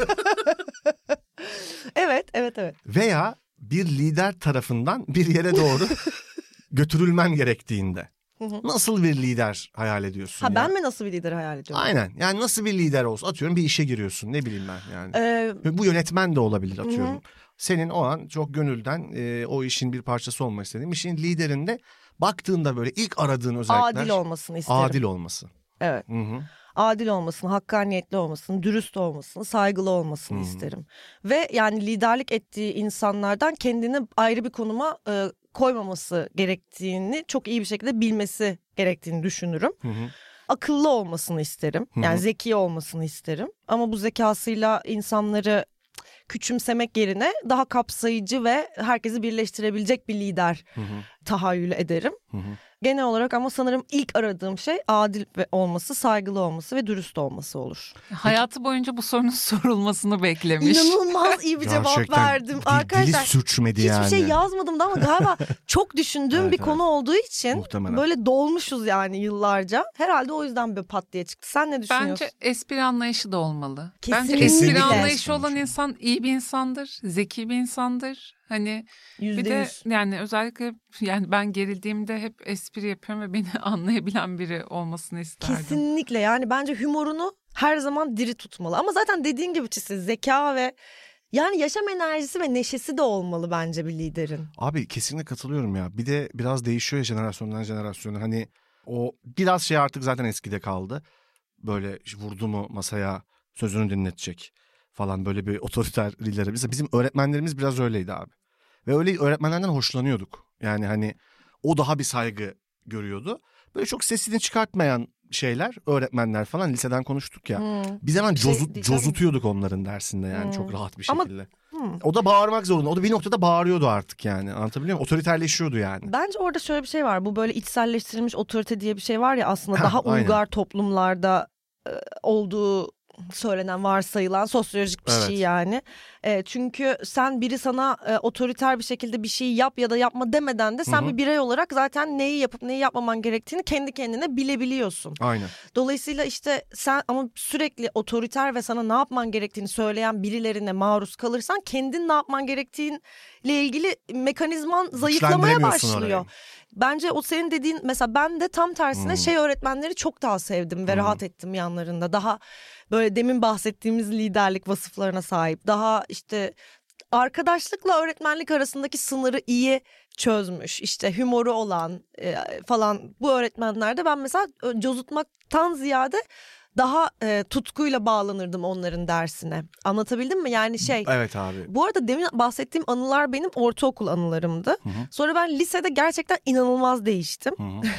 Evet, evet, evet. Veya bir lider tarafından bir yere doğru götürülmen gerektiğinde. Nasıl bir lider hayal ediyorsun? Ha ya? ben mi nasıl bir lider hayal ediyorum? Aynen. Yani nasıl bir lider olsun? Atıyorum bir işe giriyorsun. Ne bileyim ben yani. Ee, Bu yönetmen de olabilir atıyorum. Hı-hı. Senin o an çok gönülden e, o işin bir parçası olmak istediğin işin liderinde baktığında böyle ilk aradığın özellikler. Adil olmasını isterim. Adil olması. Evet. Hı-hı. Adil olmasını, hakkaniyetli olmasını, dürüst olmasını, saygılı olmasını Hmm. isterim. Ve yani liderlik ettiği insanlardan kendini ayrı bir konuma e, koymaması gerektiğini çok iyi bir şekilde bilmesi gerektiğini düşünürüm. Hı hı. Akıllı olmasını isterim. Yani Hı hı. zeki olmasını isterim. Ama bu zekasıyla insanları küçümsemek yerine daha kapsayıcı ve herkesi birleştirebilecek bir lider Hı hı. tahayyül ederim. Hı hı. Genel olarak ama sanırım ilk aradığım şey adil ve olması, saygılı olması ve dürüst olması olur. Hayatı boyunca bu sorunun sorulmasını beklemiş. İnanılmaz iyi bir cevap Gerçekten verdim. dil- Arkadaşlar dili sürçmedi hiçbir yani. şey yazmadım da ama galiba çok düşündüğüm Evet, bir evet. konu olduğu için Muhtemelen. böyle dolmuşuz yani yıllarca. Herhalde o yüzden böyle pat diye çıktı. Sen ne düşünüyorsun? Bence espri anlayışı da olmalı. Bence Kesinlikle. espri anlayışı Kesinlikle. olan insan iyi bir insandır, zeki bir insandır. Hani Yüzde bir de yüz. yani özellikle yani ben gerildiğimde hep espri yapıyorum ve beni anlayabilen biri olmasını isterdim. Kesinlikle yani bence humorunu her zaman diri tutmalı. Ama zaten dediğin gibi Çisil, zeka ve yani yaşam enerjisi ve neşesi de olmalı bence bir liderin. Abi kesinlikle katılıyorum ya. Bir de biraz değişiyor ya jenerasyondan jenerasyona. Hani o biraz şey artık zaten eskide kaldı. Böyle vurdu mu masaya sözünü dinletecek falan böyle bir otoriter lideri. Bizim, bizim öğretmenlerimiz biraz öyleydi abi. Ve öyle öğretmenlerden hoşlanıyorduk. Yani hani o daha bir saygı görüyordu. Böyle çok sesini çıkartmayan şeyler, öğretmenler falan liseden konuştuk ya. Hmm. Biz hemen Şey cozu- diyeceğim. cozutuyorduk onların dersinde yani Hmm. çok rahat bir Ama- şekilde. Hmm. O da bağırmak zorunda. O da bir noktada bağırıyordu artık yani. Anlatabiliyor muyum? Otoriterleşiyordu yani. Bence orada şöyle bir şey var. Bu böyle içselleştirilmiş otorite diye bir şey var ya aslında Heh, daha aynen. uygar toplumlarda e, olduğu söylenen, varsayılan sosyolojik bir Evet. şey yani. E, çünkü sen biri sana e, otoriter bir şekilde bir şey yap ya da yapma demeden de sen Hı hı. bir birey olarak zaten neyi yapıp neyi yapmaman gerektiğini kendi kendine bilebiliyorsun. Aynen. Dolayısıyla işte sen ama sürekli otoriter ve sana ne yapman gerektiğini söyleyen birilerine maruz kalırsan kendin ne yapman gerektiğinle ilgili mekanizman zayıflamaya Güçlendiremiyorsun başlıyor. orayı. Bence o senin dediğin mesela ben de tam tersine Hmm. şey öğretmenleri çok daha sevdim ve Hmm. rahat ettim yanlarında. Daha böyle demin bahsettiğimiz liderlik vasıflarına sahip. Daha işte arkadaşlıkla öğretmenlik arasındaki sınırı iyi çözmüş. İşte humoru olan e, falan bu öğretmenlerde ben mesela e, cozutmaktan ziyade daha e, tutkuyla bağlanırdım onların dersine. Anlatabildim mi? Yani şey... Evet abi. Bu arada demin bahsettiğim anılar benim ortaokul anılarımdı. Hı hı. Sonra ben lisede gerçekten inanılmaz değiştim. Hı hı.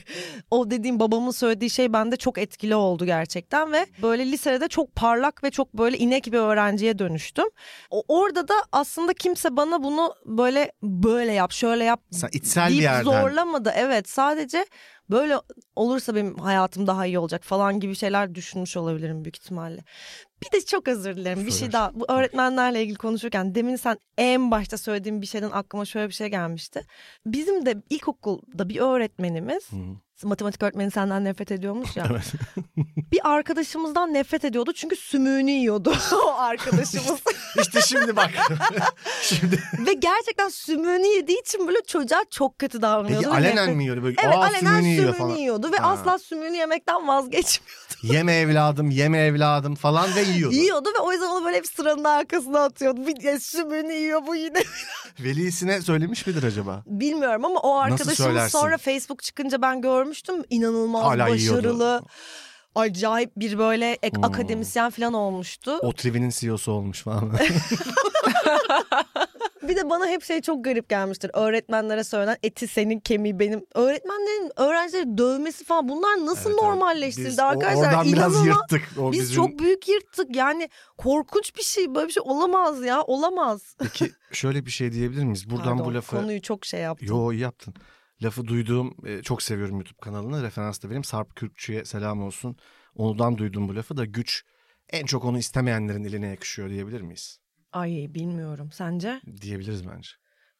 O dediğim babamın söylediği şey bende çok etkili oldu gerçekten ve böyle lisede çok parlak ve çok böyle inek bir öğrenciye dönüştüm. O, orada da aslında kimse bana bunu böyle böyle yap, şöyle yap Sen içsel bir deyip yerden. zorlamadı. Evet, sadece böyle olursa benim hayatım daha iyi olacak falan gibi şeyler düşünmüş olabilirim büyük ihtimalle. Bir de çok özür dilerim bir şey Söyle. daha. Bu öğretmenlerle ilgili konuşurken demin sen en başta söylediğin bir şeyden aklıma şöyle bir şey gelmişti. Bizim de ilkokulda bir öğretmenimiz, Hı hı. matematik öğretmeni senden nefret ediyormuş ya. Evet. Bir arkadaşımızdan nefret ediyordu çünkü sümüğünü yiyordu o arkadaşımız. İşte şimdi bak. Şimdi. Ve gerçekten sümüğünü yediği için böyle çocuğa çok kötü davranıyordu. Peki ve alenen nefret- mi yiyordu? Böyle, Evet, aa, alenen sümüğünü yiyor sümüğünü falan. yiyordu ve Ha. asla sümüğünü yemekten vazgeçmiyordu. Yeme evladım, yeme evladım falan ve yiyordu. Yiyordu ve o yüzden onu böyle hep sıranın arkasına atıyordu. Bir ya, sümüğünü yiyor bu yine. Velisine söylemiş midir acaba? Bilmiyorum ama o arkadaşımız söylersin? sonra Facebook çıkınca ben görmüştüm. İnanılmaz Hala başarılı. yiyordu. Acayip bir böyle ek- Hmm. akademisyen falan olmuştu. O Trivi'nin C E O'su olmuş falan. Bir de bana hep şey çok garip gelmiştir. Öğretmenlere söylenen eti senin kemiği benim. Öğretmenlerin öğrencileri dövmesi falan bunlar nasıl Evet, evet. normalleştirildi Biz o- arkadaşlar? Oradan biraz İnanılmaz. yırttık. O Biz bizim... çok büyük yırttık. Yani korkunç bir şey. Böyle bir şey olamaz ya. Olamaz. Peki şöyle bir şey diyebilir miyiz? Buradan Pardon, bu lafı... konuyu çok şey yaptım. Yo, iyi yaptın. Lafı duyduğum, e, çok seviyorum YouTube kanalını. Referans da vereyim. Sarp Kürkçü'ye selam olsun. Ondan duydum bu lafı da güç en çok onu istemeyenlerin eline yakışıyor diyebilir miyiz? Ay bilmiyorum. Sence? Diyebiliriz bence.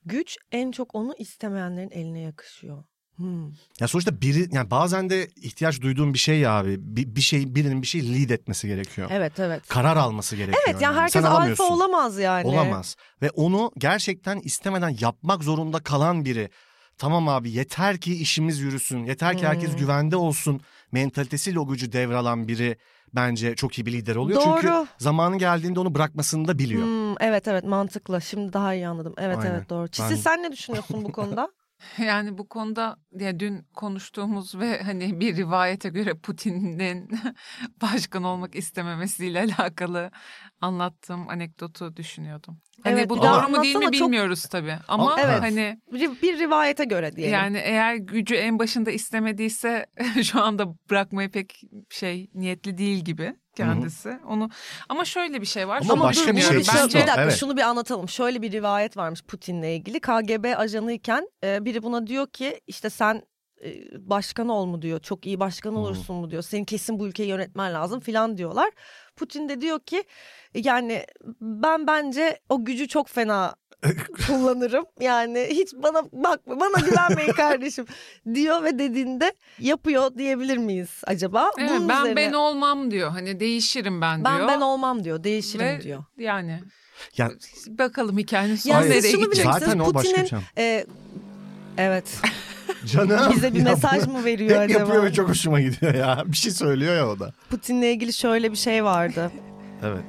güç en çok onu istemeyenlerin eline yakışıyor. Hmm. Ya sonuçta biri, yani bazen de ihtiyaç duyduğun bir şey ya abi. Bir, bir şey, birinin bir şey lead etmesi gerekiyor. Evet evet. Karar alması gerekiyor. Evet ya yani. herkes Sen alfa alamıyorsun. olamaz yani. Olamaz. Ve onu gerçekten istemeden yapmak zorunda kalan biri. Tamam abi, yeter ki işimiz yürüsün. Yeter ki herkes Hmm. güvende olsun. Mentalitesiyle o gücü devralan biri bence çok iyi bir lider oluyor. Doğru. Çünkü zamanı geldiğinde onu bırakmasını da biliyor. Hmm, evet evet mantıklı. Şimdi daha iyi anladım. Evet Aynen. evet doğru. Çisil Ben- sen ne düşünüyorsun bu konuda? Yani bu konuda ya dün konuştuğumuz ve hani bir rivayete göre Putin'in başkan olmak istememesiyle alakalı anlattığım anekdotu düşünüyordum. Hani Evet, bu bir daha doğru mu değil mi anlatsana, çok- bilmiyoruz tabii. Ama Evet. hani Bir, bir rivayete göre diyelim. yani eğer gücü en başında istemediyse şu anda bırakmaya pek şey niyetli değil gibi kendisi. Onu ama şöyle bir şey var. Ama şunu başka bir düşünüyorum. şey Şöyle- istiyor. bir dakika Evet. şunu bir anlatalım. Şöyle bir rivayet varmış Putin'le ilgili. K G B ajanıyken e, biri buna diyor ki işte sen e, başkan ol mu diyor. Çok iyi başkan olursun mu diyor. Senin kesin bu ülkeyi yönetmen lazım filan diyorlar. Putin de diyor ki yani ben bence o gücü çok fena kullanırım. Yani hiç bana bakma, bana güvenmeyin kardeşim diyor ve dediğinde yapıyor diyebilir miyiz acaba? Evet, Bunun ben üzerine, ben olmam diyor. Hani değişirim ben, ben diyor. ben olmam diyor. Değişirim Ve diyor. yani Ya, bakalım hikayenin sonu Yani nereye siz şunu gidecek. bilirsiniz, Zaten o başka bir Putin'in şey. e, evet Canım. bize bir Ya mesaj bu- mı veriyor Hep acaba? yapıyor ve çok hoşuma gidiyor ya. Bir şey söylüyor ya o da. Putin'le ilgili şöyle bir şey vardı. Evet.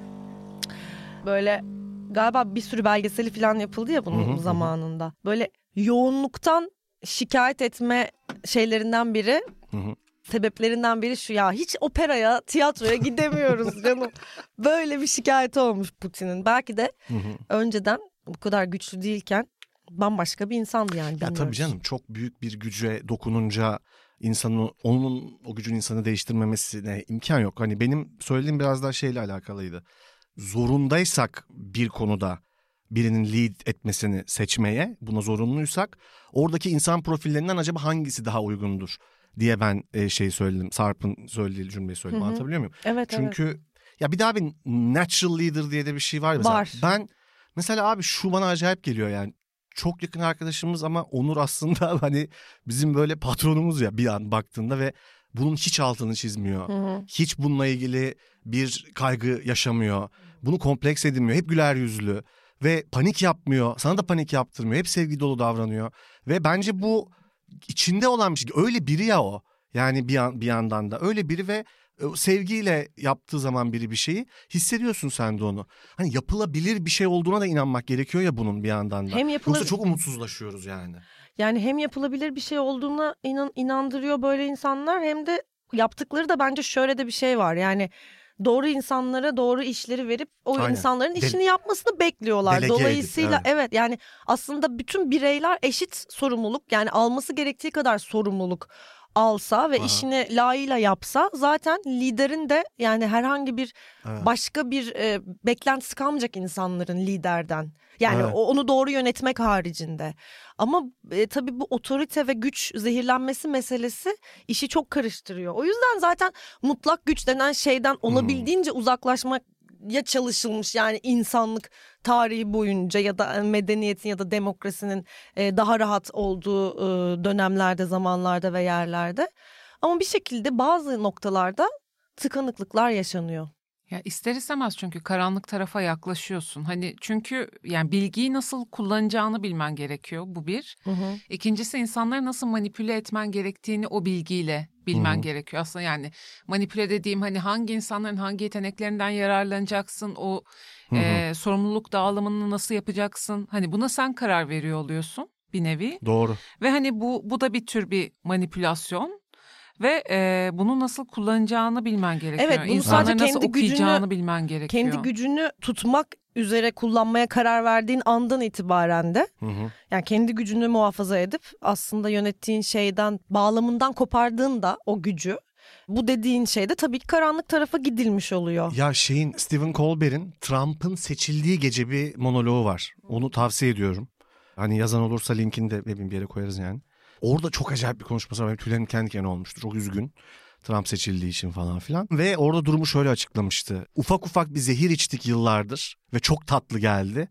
Böyle galiba bir sürü belgeseli falan yapıldı ya bunun Hı hı, hı. zamanında. Böyle yoğunluktan şikayet etme şeylerinden biri, Hı hı. sebeplerinden biri şu: ya hiç operaya, tiyatroya gidemiyoruz canım. Böyle bir şikayeti olmuş Putin'in. Belki de Hı hı. önceden bu kadar güçlü değilken bambaşka bir insandı yani. Ya bilmiyoruz. tabii canım, çok büyük bir güce dokununca insanın, onun o gücün insanı değiştirmemesine imkan yok. Hani benim söylediğim biraz daha şeyle alakalıydı. Zorundaysak bir konuda birinin lead etmesini seçmeye, buna zorunluysak oradaki insan profillerinden acaba hangisi daha uygundur diye ben e, şey söyledim. Sarp'ın söylediği cümleyi söyledim. Hı hı. Anlatabiliyor muyum? Evet, evet. Çünkü ya bir daha bir natural leader diye de bir şey var mesela. Var. Ben mesela abi şu bana acayip geliyor yani. Çok yakın arkadaşımız ama Onur aslında hani bizim böyle patronumuz ya bir an baktığında ve bunun hiç altını çizmiyor. Hı hı. Hiç bununla ilgili bir kaygı yaşamıyor. Bunu kompleks edinmiyor. Hep güler yüzlü ve panik yapmıyor. Sana da panik yaptırmıyor. Hep sevgi dolu davranıyor. Ve bence bu içinde olan bir şey. Öyle biri ya o. Yani bir, an, bir yandan da öyle biri ve sevgiyle yaptığı zaman biri bir şeyi hissediyorsun sen de onu. Hani yapılabilir bir şey olduğuna da inanmak gerekiyor ya bunun bir yandan da. Hem yapılır- Yoksa çok umutsuzlaşıyoruz yani. Yani hem yapılabilir bir şey olduğuna inan, inandırıyor böyle insanlar, hem de yaptıkları da bence şöyle de bir şey var. Yani doğru insanlara doğru işleri verip o Aynen. insanların De- işini yapmasını bekliyorlar. Delege edip, Dolayısıyla evet. evet. Yani aslında bütün bireyler eşit sorumluluk, yani alması gerektiği kadar sorumluluk alsa ve Aha. işini layığıyla yapsa zaten liderin de yani herhangi bir Evet. başka bir e, beklentisi kalmayacak insanların liderden. Yani Evet. o- onu doğru yönetmek haricinde. Ama e, tabii bu otorite ve güç zehirlenmesi meselesi işi çok karıştırıyor. O yüzden zaten mutlak güç denen şeyden olabildiğince uzaklaşmaya çalışılmış. Yani insanlık tarihi boyunca ya da medeniyetin ya da demokrasinin e, daha rahat olduğu e, dönemlerde, zamanlarda ve yerlerde. Ama bir şekilde bazı noktalarda tıkanıklıklar yaşanıyor. Ya ister istemez, çünkü karanlık tarafa yaklaşıyorsun. Hani çünkü yani bilgiyi nasıl kullanacağını bilmen gerekiyor, bu bir. Hı hı. İkincisi, insanları nasıl manipüle etmen gerektiğini o bilgiyle bilmen Hı hı. gerekiyor. Aslında yani manipüle dediğim hani hangi insanların hangi yeteneklerinden yararlanacaksın, o Hı hı. e, sorumluluk dağılımını nasıl yapacaksın. Hani buna sen karar veriyor oluyorsun bir nevi. Doğru. Ve hani bu bu da bir tür bir manipülasyon. Ve e, bunu nasıl kullanacağını bilmen gerekiyor. Evet, bunu İnsanları sadece nasıl kendi okuyacağını gücünü- bilmen gerekiyor. Kendi gücünü tutmak üzere kullanmaya karar verdiğin andan itibaren de Hı hı. yani kendi gücünü muhafaza edip aslında yönettiğin şeyden, bağlamından kopardığında o gücü, bu dediğin şeyde tabii ki karanlık tarafa gidilmiş oluyor. Ya şeyin, Stephen Colbert'in Trump'ın seçildiği gece bir monoloğu var. Onu tavsiye ediyorum. Hani yazan olursa linkini de bir yere koyarız yani. Orada çok acayip bir konuşması var. Benim tüylerim kendi kendine olmuştu. Çok üzgün. Trump seçildiği için falan filan. Ve orada durumu şöyle açıklamıştı. Ufak ufak bir zehir içtik yıllardır ve çok tatlı geldi.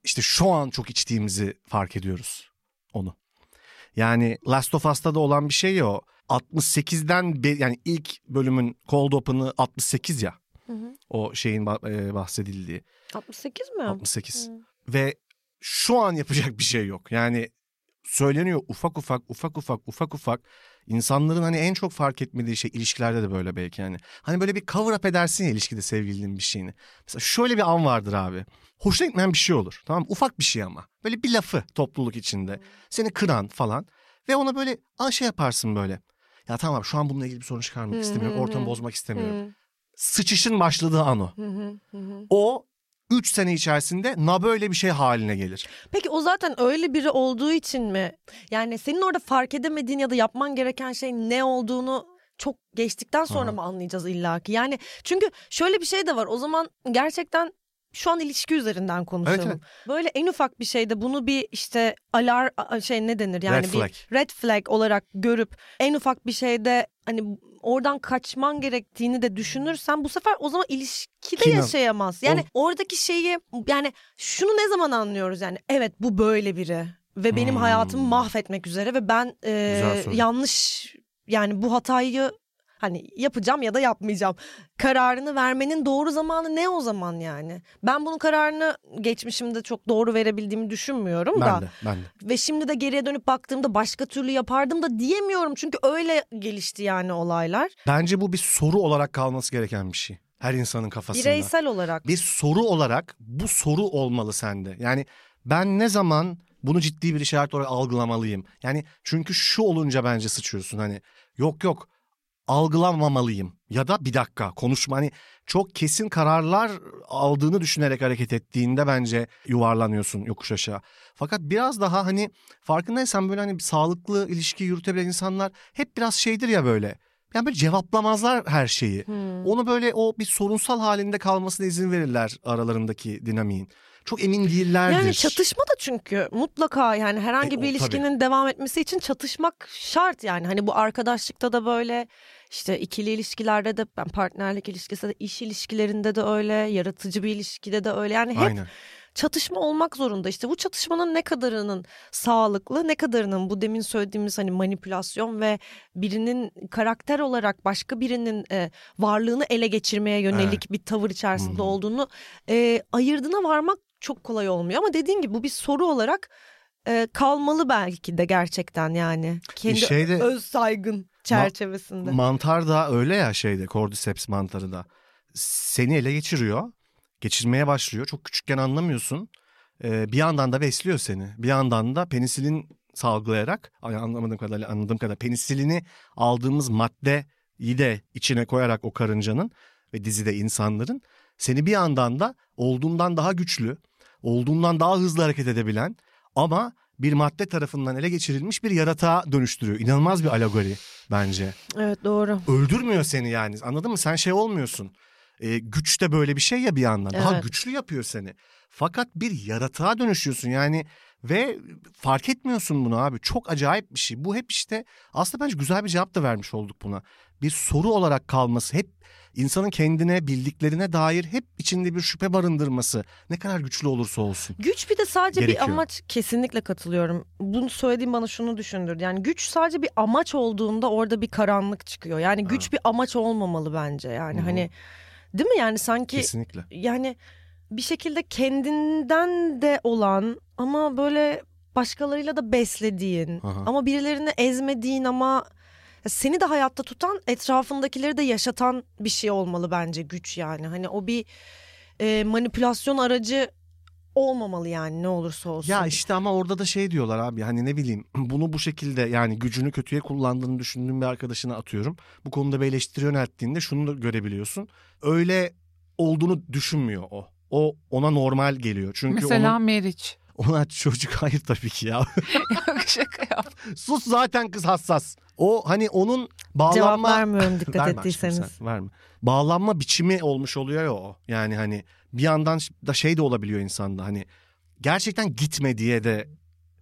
işte şu an çok içtiğimizi fark ediyoruz onu. Yani Last of Us'ta da olan bir şey ya o. altmış sekizden be, yani ilk bölümün cold open'ı altmış sekiz ya. Hı hı. O şeyin e, bahsedildiği. altmış sekiz mi? altmış sekiz. Hı. Ve şu an yapacak bir şey yok. Yani söyleniyor ufak ufak ufak ufak ufak ufak. İnsanların hani en çok fark etmediği şey, ilişkilerde de böyle belki yani. Hani böyle bir cover up edersin ya ilişkide sevgilinin bir şeyini. Mesela şöyle bir an vardır abi. Hoşuna gitmeyen bir şey olur. Tamam mı? Ufak bir şey ama. Böyle bir lafı topluluk içinde. Seni kıran falan. Ve ona böyle a şey yaparsın böyle. Ya tamam abi, şu an bununla ilgili bir sorun çıkarmak istemiyorum. Ortamı bozmak istemiyorum. Sıçışın başladığı an o. O üç sene içerisinde na böyle bir şey haline gelir. Peki o zaten öyle biri olduğu için mi? Yani senin orada fark edemediğin ya da yapman gereken şey ne olduğunu çok geçtikten sonra Aha. mı anlayacağız illaki? Yani çünkü şöyle bir şey de var. O zaman gerçekten şu an ilişki üzerinden konuşalım. Evet, Böyle en ufak bir şeyde bunu bir işte alar şey ne denir yani Red bir flag. red flag olarak görüp en ufak bir şeyde hani oradan kaçman gerektiğini de düşünürsen bu sefer o zaman ilişkide Kim- yaşayamaz. Yani O- oradaki şeyi yani şunu ne zaman anlıyoruz yani evet bu böyle biri ve benim Hmm. hayatımı mahvetmek üzere ve ben e, Güzel soru. yanlış yani bu hatayı hani yapacağım ya da yapmayacağım kararını vermenin doğru zamanı ne o zaman yani? Ben bunun kararını geçmişimde çok doğru verebildiğimi düşünmüyorum da. Ben de ben de. Ve şimdi de geriye dönüp baktığımda başka türlü yapardım da diyemiyorum. Çünkü öyle gelişti yani olaylar. Bence bu bir soru olarak kalması gereken bir şey. Her insanın kafasında. Bireysel olarak. Bir soru olarak bu soru olmalı sende. Yani ben ne zaman bunu ciddi bir işaret olarak algılamalıyım? Yani çünkü şu olunca bence sıçıyorsun hani. Yok yok algılamamalıyım ya da bir dakika konuşma, hani çok kesin kararlar aldığını düşünerek hareket ettiğinde bence yuvarlanıyorsun yokuş aşağı. Fakat biraz daha hani farkındaysan böyle hani sağlıklı ilişki yürütebilen insanlar hep biraz şeydir ya böyle. Yani böyle cevaplamazlar her şeyi. Hmm. Onu böyle o bir sorunsal halinde kalmasına izin verirler aralarındaki dinamiğin. Çok emin değillerdir. Yani çatışma da çünkü mutlaka yani herhangi E, bir o, ilişkinin devam etmesi için çatışmak şart yani. Hani bu arkadaşlıkta da böyle işte ikili ilişkilerde de partnerlik ilişkisi de iş ilişkilerinde de öyle, yaratıcı bir ilişkide de öyle. Yani hep Aynen. çatışma olmak zorunda. İşte bu çatışmanın ne kadarının sağlıklı, ne kadarının bu demin söylediğimiz hani manipülasyon ve birinin karakter olarak başka birinin e, varlığını ele geçirmeye yönelik Evet. bir tavır içerisinde Hı-hı. olduğunu e, ayırdığına varmak çok kolay olmuyor. Ama dediğin gibi bu bir soru olarak e, kalmalı belki de gerçekten yani. Kendi şeyde- öz saygın çerçevesinde. Mantar da öyle ya şeyde, Cordyceps mantarı da. Seni ele geçiriyor. Geçirmeye başlıyor. Çok küçükken anlamıyorsun. Ee, bir yandan da besliyor seni. Bir yandan da penisilin salgılayarak, ay, anlamadığım kadarıyla anladığım kadarıyla penisilini aldığımız maddeyi de içine koyarak o karıncanın ve dizide insanların seni bir yandan da olduğundan daha güçlü, olduğundan daha hızlı hareket edebilen ama bir madde tarafından ele geçirilmiş bir yaratığa dönüştürüyor. İnanılmaz bir alegori bence. Evet doğru. Öldürmüyor seni yani, anladın mı? Sen şey olmuyorsun. Ee, güç de böyle bir şey ya bir yandan. Daha Evet. güçlü yapıyor seni. Fakat bir yaratığa dönüşüyorsun yani ve fark etmiyorsun bunu abi. Çok acayip bir şey. Bu hep işte aslında bence güzel bir cevap da vermiş olduk buna. Bir soru olarak kalması, hep insanın kendine, bildiklerine dair hep içinde bir şüphe barındırması. Ne kadar güçlü olursa olsun. Güç bir de sadece Gerekiyor. bir amaç, kesinlikle katılıyorum. Bunu söylediğim bana şunu düşündürdü. Yani güç sadece bir amaç olduğunda orada bir karanlık çıkıyor. Yani güç Ha. bir amaç olmamalı bence. Yani Hı hı. hani değil mi yani sanki Kesinlikle. yani bir şekilde kendinden de olan ama böyle başkalarıyla da beslediğin Aha. ama birilerini ezmediğin ama seni de hayatta tutan, etrafındakileri de yaşatan bir şey olmalı bence güç yani. Hani o bir e, manipülasyon aracı olmamalı yani ne olursa olsun. Ya işte ama orada da şey diyorlar abi, hani ne bileyim, bunu bu şekilde yani gücünü kötüye kullandığını düşündüğün bir arkadaşına atıyorum. Bu konuda bir eleştiri yönelttiğinde şunu da görebiliyorsun. Öyle olduğunu düşünmüyor o. O ona normal geliyor. Çünkü Mesela onun, Meriç. ona çocuk hayır tabii ki ya. Yok şaka yap. Sus, zaten kız hassas. O hani onun bağlanma... Cevap vermiyorum dikkat Verme aşkım ettiyseniz. sen, verme. Bağlanma biçimi olmuş oluyor ya o. Yani hani bir yandan da şey de olabiliyor insanda, hani gerçekten gitme diye de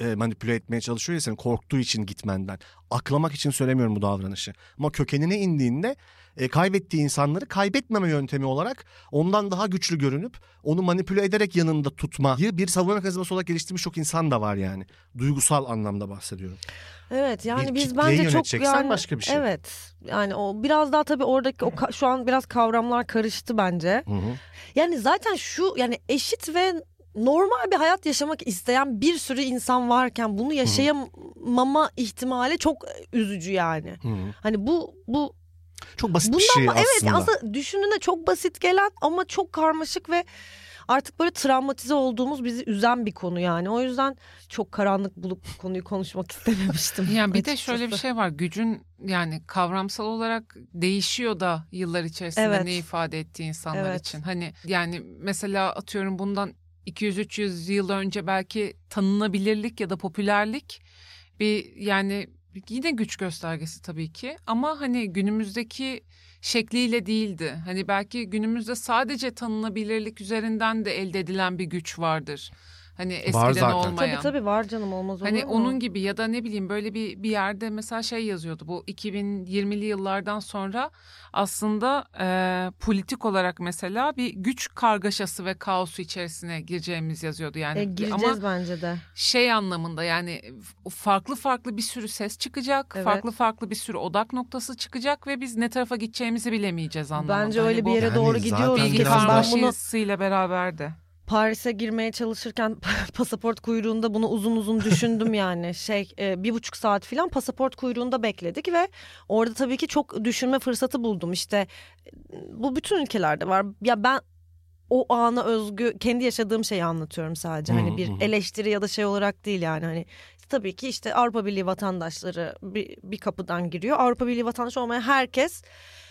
e, manipüle etmeye çalışıyor ya seni, korktuğu için gitmenden. Aklamak için söylemiyorum bu davranışı. Ama kökenine indiğinde e, kaybettiği insanları kaybetmeme yöntemi olarak ondan daha güçlü görünüp onu manipüle ederek yanında tutmayı bir savunma mekanizması olarak geliştirmiş çok insan da var yani. Duygusal anlamda bahsediyorum. Evet yani Bir biz kitleyi bence çok yöneteceksen yani başka bir şey. evet yani o biraz daha tabii oradaki o ka- şu an biraz kavramlar karıştı bence. Hı hı. Yani zaten şu yani eşit ve normal bir hayat yaşamak isteyen bir sürü insan varken bunu yaşayamama ihtimali çok üzücü yani. Hı hı. Hani bu bu Çok basit bir bundan şey ba- aslında. evet aslında düşündüğünde çok basit gelen ama çok karmaşık ve artık böyle travmatize olduğumuz, bizi üzen bir konu yani. O yüzden çok karanlık bulup bu konuyu konuşmak istememiştim. Yani bir de açıkçası. şöyle bir şey var. Gücün yani kavramsal olarak değişiyor da yıllar içerisinde Evet. ne ifade ettiği insanlar Evet. için. Hani yani mesela atıyorum bundan iki yüz üç yüz yıl önce belki tanınabilirlik ya da popülerlik bir yani yine güç göstergesi tabii ki ama hani günümüzdeki şekliyle değildi. Hani belki günümüzde sadece tanınabilirlik üzerinden de elde edilen bir güç vardır. Hani eskiden zaten. olmayan. Tabii tabii var canım, olmaz olur Hani mu? onun gibi ya da ne bileyim böyle bir bir yerde mesela şey yazıyordu, bu iki bin yirmili yıllardan sonra aslında e, politik olarak mesela bir güç kargaşası ve kaosu içerisine gireceğimiz yazıyordu yani. E, gireceğiz Ama bence de. şey anlamında yani farklı farklı bir sürü ses çıkacak, Evet. farklı farklı bir sürü odak noktası çıkacak ve biz ne tarafa gideceğimizi bilemeyeceğiz anlamında. Bence öyle Hani bir bu yere Yani doğru zaten gidiyoruz. bilgi biraz kesin. da- Ben bunu karmaşasıyla beraber de. Paris'e girmeye çalışırken pasaport kuyruğunda bunu uzun uzun düşündüm yani. Şey e, bir buçuk saat falan pasaport kuyruğunda bekledik ve orada tabii ki çok düşünme fırsatı buldum. İşte bu bütün ülkelerde var. Ya ben o ana özgü kendi yaşadığım şeyi anlatıyorum sadece. Hı Hani hı bir hı. eleştiri ya da şey olarak değil yani. Hani tabii ki işte Avrupa Birliği vatandaşları bir, bir kapıdan giriyor. Avrupa Birliği vatandaşı olmayan herkes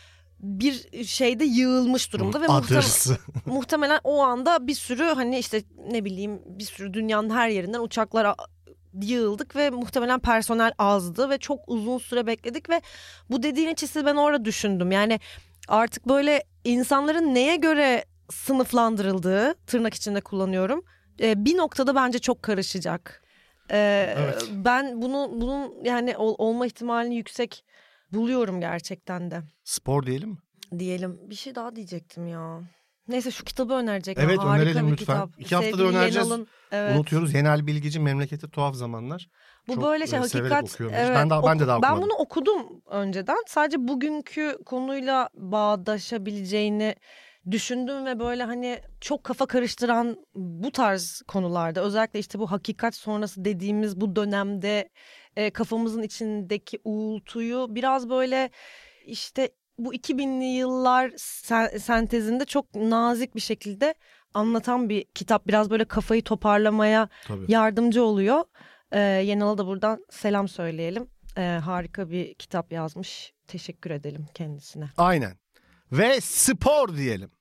bir şeyde yığılmış durumda ve muhtemelen Adırsı. muhtemelen o anda bir sürü hani işte ne bileyim bir sürü dünyanın her yerinden uçaklara yığıldık ve muhtemelen personel azdı ve çok uzun süre bekledik ve bu dediğin için ben orada düşündüm. Yani artık böyle insanların neye göre sınıflandırıldığı, tırnak içinde kullanıyorum, e, bir noktada bence çok karışacak. E, Evet. Ben bunu bunun yani ol, olma ihtimalini yüksek buluyorum gerçekten de. Spor diyelim mi? Diyelim. Bir şey daha diyecektim ya. Neyse şu kitabı önerecektim. Evet, Harika önerelim bir lütfen. kitap. İki haftadır Sevgili önereceğiz. Yenal'ın, evet. Unutuyoruz. Yenal Bilgici, Memleketi Tuhaf Zamanlar. Bu Çok, böyle şey e, severek hakikat. okuyorum. Evet, Ben daha ben de oku- daha okumadım. Ben bunu okudum önceden. Sadece bugünkü konuyla bağdaşabileceğini düşündüm ve böyle hani çok kafa karıştıran bu tarz konularda, özellikle işte bu hakikat sonrası dediğimiz bu dönemde e, kafamızın içindeki uğultuyu biraz böyle işte bu iki binli yıllar sen- sentezinde çok nazik bir şekilde anlatan bir kitap. Biraz böyle kafayı toparlamaya Tabii. yardımcı oluyor. Ee, Yenal'a da buradan selam söyleyelim. Ee, harika bir kitap yazmış. Teşekkür edelim kendisine. Aynen. Ve spor diyelim.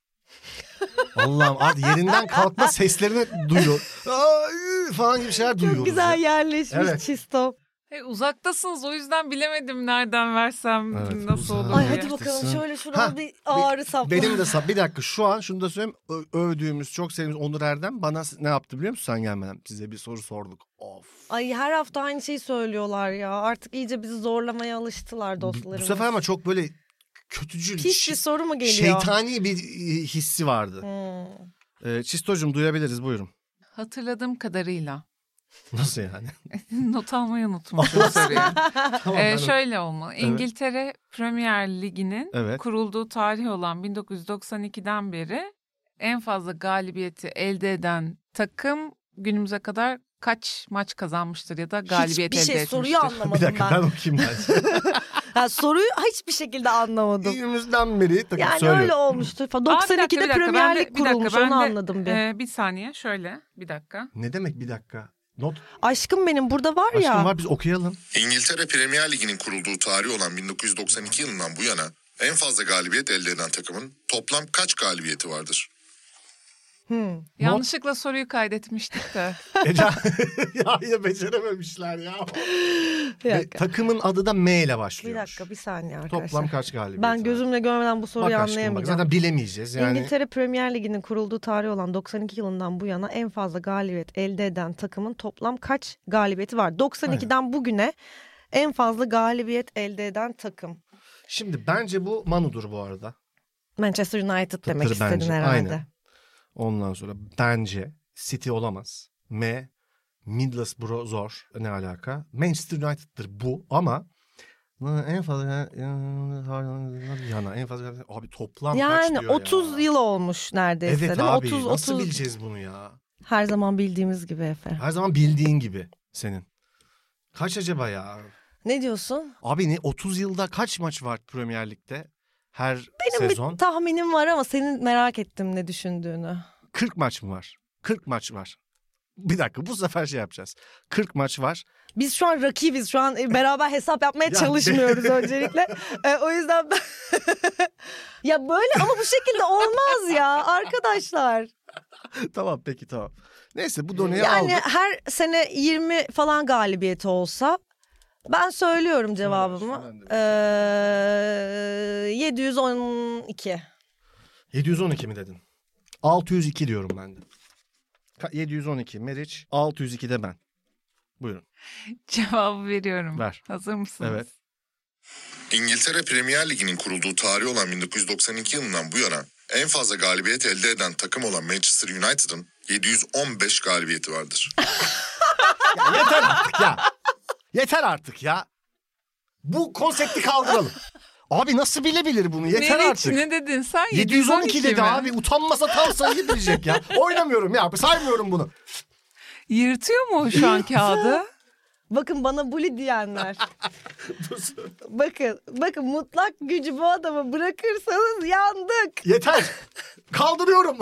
Allah'ım hadi yerinden kalkma seslerini duyuyor. Ay, falan gibi şeyler duyuyoruz. Çok güzel ya. yerleşmiş Evet. çistom. Hey, uzaktasınız o yüzden bilemedim nereden versem Evet, nasıl olur uzak. Ay diye. hadi bakalım Haklısın. şöyle şuna Ha, bir ağrı sapla. Benim de sap. Bir dakika şu an şunu da söyleyeyim. Ö- övdüğümüz, çok sevdiğimiz Onur Erdem bana ne yaptı biliyor musun sen gelmeden? Size bir soru sorduk. Of. Ay her hafta aynı şeyi söylüyorlar ya. Artık iyice bizi zorlamaya alıştılar Bu, dostlarımız. bu sefer ama çok böyle kötücül, Pis bir şi- soru mu geliyor? şeytani bir e, hissi vardı. Hmm. Ee, Çistocuğum duyabiliriz, buyurun. Hatırladığım kadarıyla Nasıl yani? not almayı unutmuşum soruyu. Tamam, Ee, ben- şöyle olmalı. Evet. İngiltere Premier Ligi'nin Evet. kurulduğu tarih olan bin dokuz yüz doksan ikiden beri en fazla galibiyeti elde eden takım günümüze kadar kaç maç kazanmıştır ya da galibiyet Hiçbir elde şey etmiştir? soruyu anlamadım Bir dakika ben ben. okuyayım ben. Ya soruyu hiçbir şekilde anlamadım. Günümüzden beri takım Yani söylüyorum. öyle olmuştur falan. Aa, bir doksan ikide dakika, bir dakika. Premier Ben de- Lig bir dakika, kurulmuş, ben onu de, anladım bir. e, bir saniye şöyle bir dakika. Ne demek bir dakika? Not. Aşkım benim burada var ya. Aşkım var, biz okuyalım. İngiltere Premier Ligi'nin kurulduğu tarih olan bin dokuz yüz doksan iki yılından bu yana en fazla galibiyet elde eden takımın toplam kaç galibiyeti vardır? Hmm. Yanlışlıkla soruyu kaydetmiştik de. Ece ya yine becerememişler ya. Bir Ve dakika. takımın adı da M ile Bir başlıyor. dakika bir saniye arkadaşlar. Toplam kaç galibiyet Ben var? gözümle görmeden bu soruyu Bak aşkım bak, anlayamayacağım. zaten bilemeyeceğiz yani. İngiltere Premier Ligi'nin kurulduğu tarih olan doksan iki yılından bu yana en fazla galibiyet elde eden takımın toplam kaç galibiyeti var? doksan ikiden bugüne en fazla galibiyet elde eden takım. Şimdi bence bu Manu'dur bu arada. Manchester United demek Tıptır istedin bence, herhalde. aynen. Ondan sonra bence City olamaz. M, Middlesbrough zor. Ne alaka? Manchester United'dır bu ama en fazla yana en fazla abi toplam kaç Yani diyor otuz ya. yıl olmuş neredeyse Evet değil mi? abi otuz, nasıl otuz bileceğiz bunu ya? Her zaman bildiğimiz gibi Efe. Her zaman bildiğin gibi senin. Kaç acaba ya? Ne diyorsun? Abi ne otuz yılda kaç maç var Premier Lig'de? Her Benim sezon. bir tahminim var ama senin merak ettim ne düşündüğünü. kırk maç mı var? kırk maç var. Bir dakika bu sefer şey yapacağız. kırk maç var. Biz şu an rakibiz. Şu an beraber hesap yapmaya Ya- çalışmıyoruz öncelikle. Ee, o yüzden ben... ya böyle ama bu şekilde olmaz ya arkadaşlar. Tamam peki tamam. Neyse bu doneyi Yani aldık. her sene yirmi falan galibiyeti olsa ben söylüyorum cevabımı. ben de Ee, yedi yüz on iki. yedi yüz on iki mi dedin? altı yüz iki diyorum ben de. Ka- yedi yüz on iki Meriç, altı yüz iki de ben. Buyurun. Cevabı veriyorum. Ver. Hazır mısınız? Evet. İngiltere Premier Ligi'nin kurulduğu tarih olan bin dokuz yüz doksan iki yılından bu yana en fazla galibiyet elde eden takım olan Manchester United'ın yedi yüz on beş galibiyeti vardır. Ya yeter artık ya. Yeter artık ya. Bu konsepti kaldıralım. Abi nasıl bilebilir bunu? Yeter Meriç, artık. ne dedin sen? yedi yüz on iki dedi mi? abi. Utanmasa tam sayıyı bilecek ya. Oynamıyorum ya. Saymıyorum bunu. Yırtıyor mu o şu an kağıdı? Bakın bana bully diyenler. bakın, bakın mutlak gücü bu adamı bırakırsanız yandık. Yeter. Kaldırıyorum.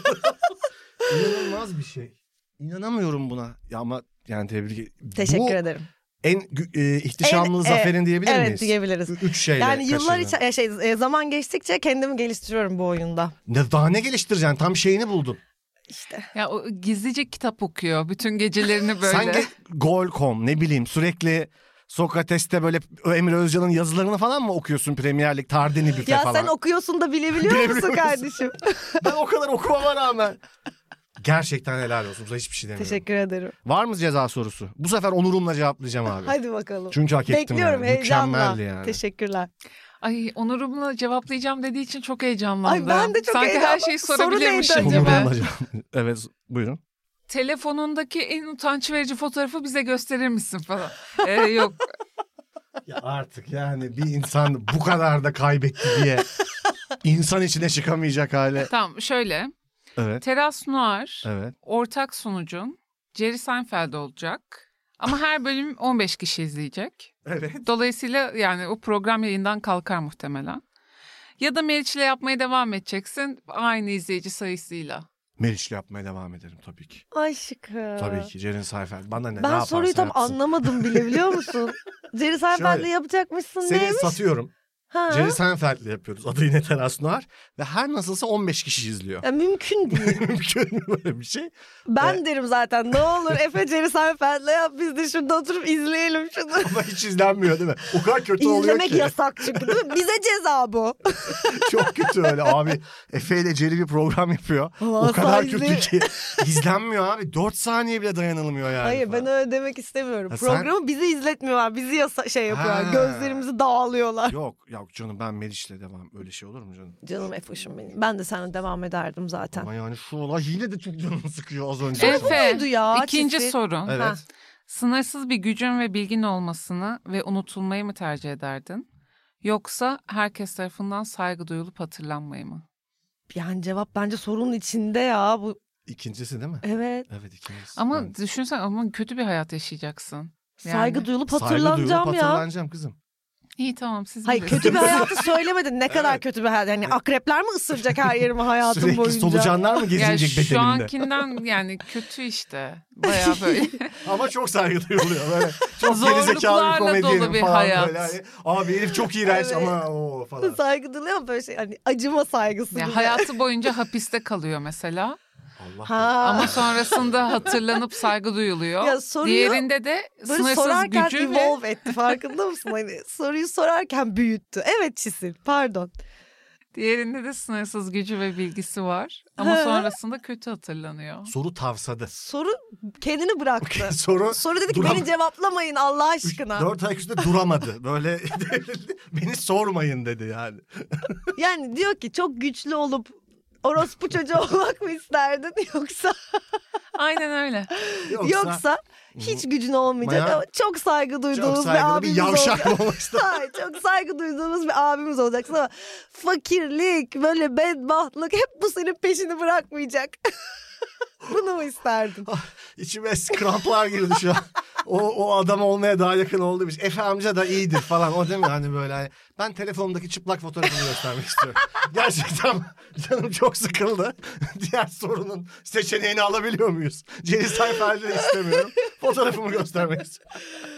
İnanılmaz bir şey. İnanamıyorum buna. Ya ama yani tebrik ederim. Teşekkür Bu ederim. en gü- e, ihtişamlı En- zaferin e, diyebilir evet, miyiz? diyebiliriz. Ü- Üç şeyle Yani yıllar kaçırdın. içi, e, şey e, zaman geçtikçe kendimi geliştiriyorum bu oyunda. Ne, daha ne geliştireceksin? Tam şeyini buldun. İşte. Ya o gizlice kitap okuyor. Bütün gecelerini böyle. Sen ge- gol nokta com ne bileyim sürekli Sokrates'te böyle Emre Özcan'ın yazılarını falan mı okuyorsun Premier Lig, Tardini büfe Ya falan? sen okuyorsun da bilebiliyor Bilebiliyor musun musun? kardeşim? Ben o kadar okumama rağmen. Gerçekten helal olsun. Sana hiçbir şey demiyorum. Teşekkür ederim. Var mı ceza sorusu? Bu sefer onurumla cevaplayacağım abi. Hadi bakalım. Çünkü hak ettim Bekliyorum yani. heyecanla. Mükemmeldi yani. Teşekkürler. Ay onurumla cevaplayacağım dediği için çok heyecanlandım. Ay ben de çok Sanki her heyecanlandım. şeyi Soru sorabilirmişim neydi gibi. acaba? Onurumla cevap- Evet buyurun. Telefonundaki en utanç verici fotoğrafı bize gösterir misin falan. Ee, yok. Ya artık yani bir insan bu kadar da kaybetti diye insan içine çıkamayacak hale. Tamam şöyle. Evet. Teras Noir Evet. ortak sunucun Jerry Seinfeld olacak. Ama her bölüm on beş kişi izleyecek. Evet. Dolayısıyla yani o program yayından kalkar muhtemelen. Ya da Meriç'le yapmaya devam edeceksin aynı izleyici sayısıyla. Meriç'le yapmaya devam ederim tabii ki. Aşkım. Tabii ki. Cerin Seinfeld. Bana ne, ne Ben yaparsa soruyu tam yapsın. anlamadım bile biliyor musun? Jerry Seinfeld'le Şöyle, yapacakmışsın Seni neymiş? satıyorum. Ha. Jerry Seinfeld'le yapıyoruz. Adı yine Teras Noir. Ve her nasılsa on beş kişi izliyor. Ya, mümkün değil. Mümkün mü böyle bir şey? Ben Evet. derim zaten ne olur Efe Jerry Seinfeld'le yap biz de şurada oturup izleyelim şunu. Ama hiç izlenmiyor değil mi? O kadar kötü oluyor İzlemek ki. yasak çünkü değil mi? Bize ceza bu. Çok kötü öyle abi. Efe ile Jerry bir program yapıyor. Vallahi o kadar izle- kötü ki. İzlenmiyor abi. dört saniye bile dayanılmıyor yani. Hayır falan. ben öyle demek istemiyorum. Ha, sen- Programı bizi izletmiyorlar. Bizi yasa- şey yapıyorlar. Ha. Gözlerimizi dağılıyorlar. Yok yok canım ben Meriç'le devam. Öyle şey olur mu canım? Canım Efe'şim benim. Ben de seninle devam ederdim zaten. Ama yani şu olay yine de çok canımı sıkıyor az önce. Efe buydu ya, ikinci çizgi. sorun. Evet. Ha. Sınırsız bir gücün ve bilgin olmasını ve unutulmayı mı tercih ederdin? Yoksa herkes tarafından saygı duyulup hatırlanmayı mı? Yani cevap bence sorunun içinde ya. Bu İkincisi değil mi? Evet. Evet ikincisi. Ama Ben- düşünsen ama kötü bir hayat yaşayacaksın. Yani. Saygı duyulup Saygı hatırlanacağım duyulup ya. hatırlanacağım kızım. İyi tamam siz Hayır bilirsiniz. kötü bir hayatı söylemedin. Ne kadar kötü bir hayat. Yani akrepler mi ısıracak her yerimi hayatım Sürekli boyunca? solucanlar mı Yani gezinecek şu bedenimde? ankinden yani kötü işte. Baya böyle. Ama çok saygı duyuluyor. Böyle çok Zorluklarla gerizekalı bir komedyenim dolu bir falan hayat. böyle. Hani, abi herif çok iğrenç Evet. ama o falan. Saygı duyuluyor ama böyle şey hani acıma saygısı Yani gibi. hayatı boyunca hapiste kalıyor mesela. Allah. Ha. Ama sonrasında hatırlanıp saygı duyuluyor. Ya soruyu Diğerinde de Böyle sınırsız sorarken gücü ve evolve etti, farkında mısın? Hani soruyu sorarken büyüttü. Evet Çisil, pardon. diğerinde de sınırsız gücü ve bilgisi var. Ama Ha. sonrasında kötü hatırlanıyor. Soru tavsadı. Soru kendini bıraktı. Soru Soru dedi ki duram- beni cevaplamayın Allah aşkına. dört ayak üstünde duramadı. Böyle beni sormayın dedi yani. Yani diyor ki çok güçlü olup orospu çocuğu olmak mı isterdin yoksa Aynen öyle. Yoksa, yoksa hiç gücün olmayacak Bayağı ama çok saygı duyduğumuz çok bir saygılı bir abimiz yavşak olacak. mı olmak ister? Hayır, çok saygı duyduğumuz bir abimiz olacaksın ama fakirlik, böyle bedbahtlık hep bu senin peşini bırakmayacak. Bunu mu isterdin? İçime kramplar girdi şu an. O, o adam olmaya daha yakın oldu. Efe amca da iyidir falan. O değil mi? Hani böyle hani ben telefonumdaki çıplak fotoğrafını göstermek istiyorum. Gerçekten canım çok sıkıldı. Diğer sorunun seçeneğini alabiliyor muyuz? Celil Sayfer'de de istemiyorum. Fotoğrafımı göstermek istiyorum.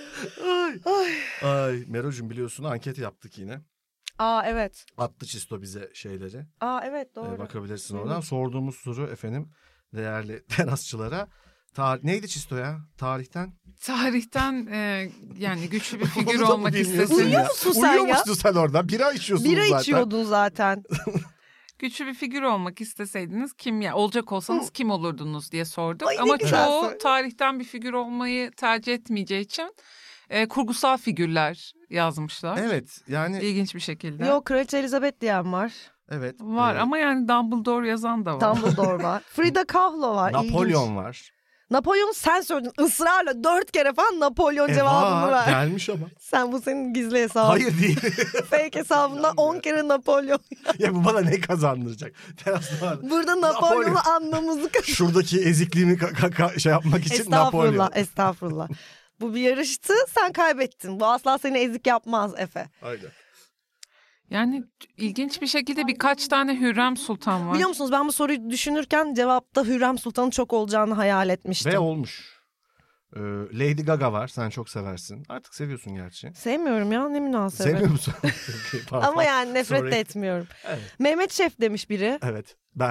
Ay. Ay. Mero'cum biliyorsun anket yaptık yine. Aa evet. Attı Çisto bize şeyleri. Aa evet Ee, doğru. bakabilirsin oradan. Sorduğumuz soru efendim değerli terasçılara. Tar- Neydi Çisto ya? Tarihten? Tarihten e, yani güçlü bir figür Onu da mı olmak bilmiyorsun istesin. Uyuyor ya? musun sen Uyuyor ya? musun sen orada? Bira içiyorsun Bira zaten. içiyordun zaten. Güçlü bir figür olmak isteseydiniz kim ya olacak olsanız kim olurdunuz diye sorduk. Ay, ne Ama güzel çoğu soru. tarihten bir figür olmayı tercih etmeyeceği için e, kurgusal figürler yazmışlar. Evet yani İlginç bir şekilde. Yok Kraliçe Elizabeth diyen var. evet. Var e, ama yani Dumbledore yazan da var. Dumbledore var. Frida Kahlo var. Napolyon İlginç. var. Napolyon sen söyledin. Israrla dört kere falan Napolyon E, cevabını var, ver. gelmiş ama. Sen bu senin gizli hesabın. Hayır değil. Fake hesabından on kere Napolyon. Ya bu bana ne kazandıracak? Terasta var. Burada Napolyon'u anlamımızı Şuradaki ezikliğimi ka- ka- ka- şey yapmak için Napolyon. Estağfurullah, estağfurullah. Bu bir yarıştı, sen kaybettin. Bu asla seni ezik yapmaz Efe. Aynen. Yani ilginç bir şekilde birkaç tane Hürrem Sultan var. Biliyor musunuz ben bu soruyu düşünürken cevapta Hürrem Sultan'ın çok olacağını hayal etmiştim. Ve olmuş. Ee, Lady Gaga var. Sen çok seversin. Artık seviyorsun gerçi. Sevmiyorum ya ne münasebet. Sevmiyor musun? Pardon. Ama yani nefret Sorry. de etmiyorum. Evet. Mehmet Şef demiş biri. Evet. Ben.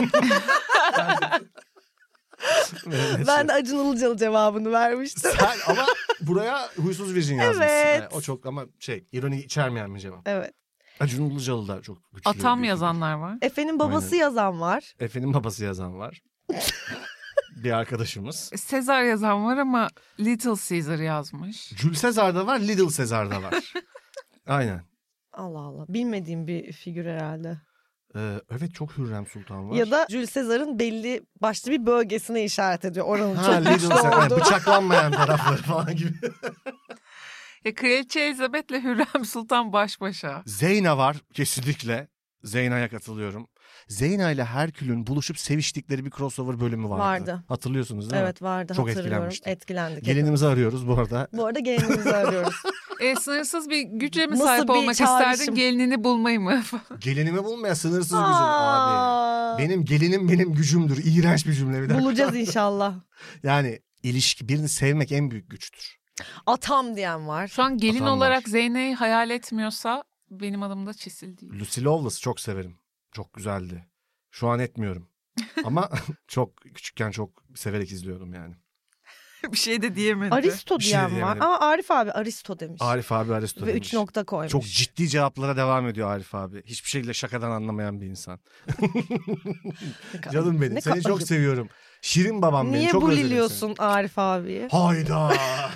Mehmet Ben Şef. de Acun Ilıcalı cevabını vermiştim. Sen ama buraya huysuz virjin yazmışsın. Evet. Yani o çok ama şey ironi içermeyen bir cevap. Evet. Acun Ilıcalı da çok güçlü. Atam bir yazanlar var. Efe'nin babası Aynen. yazan var. figür. Efe'nin babası yazan var. Bir arkadaşımız. Sezar yazan var ama Little Caesar yazmış. Jules Caesar da var, Little Caesar da var. Aynen. Allah Allah. Bilmediğim bir figür herhalde. Ee, evet çok Hürrem Sultan var. Ya da Jules Caesar'ın belli başlı bir bölgesine işaret ediyor. Oranın ha, çok Little güçlü Caesar. Yani olduğu. bıçaklanmayan tarafları falan gibi. E, Kraliçe Elizabeth'le Hürrem Sultan baş başa. Zeyna var kesinlikle. Zeyna'ya katılıyorum. Zeyna ile Herkül'ün buluşup seviştikleri bir crossover bölümü vardı. Vardı. Hatırlıyorsunuz değil mi? Evet vardı Çok hatırlıyorum. etkilenmiştik. Etkilendik. Gelinimizi arıyoruz bu arada. Bu arada gelinimizi arıyoruz. E, sınırsız bir güce mi Nasıl sahip bir olmak çağrışım? isterdin gelinini bulmayı mı? Gelinimi bulmaya sınırsız gücüm Aa. abi. Benim gelinim benim gücümdür. İğrenç bir cümle bir dakika. Bulacağız inşallah. Yani ilişki birini sevmek en büyük güçtür. Atam diyen var. Şu an gelin Atam var. olarak Zeyne'yi hayal etmiyorsa benim adım da Çisil değil. Lucy Lawless'ı çok severim. Çok güzeldi. Şu an etmiyorum. Ama çok küçükken çok severek izliyordum yani. Bir şey de diyemedi. Aristo Bir şey diyen var. diyemedim. Ama Arif abi Aristo demiş. Arif abi Aristo Ve demiş. üç nokta koymuş. Çok ciddi cevaplara devam ediyor Arif abi. Hiçbir şeyle şakadan anlamayan bir insan. Canım benim. Ne Seni ka- çok acı- seviyorum. Şirin babam benim. Niye Çok özledim buliliyorsun Arif abiyi? seni. Hayda.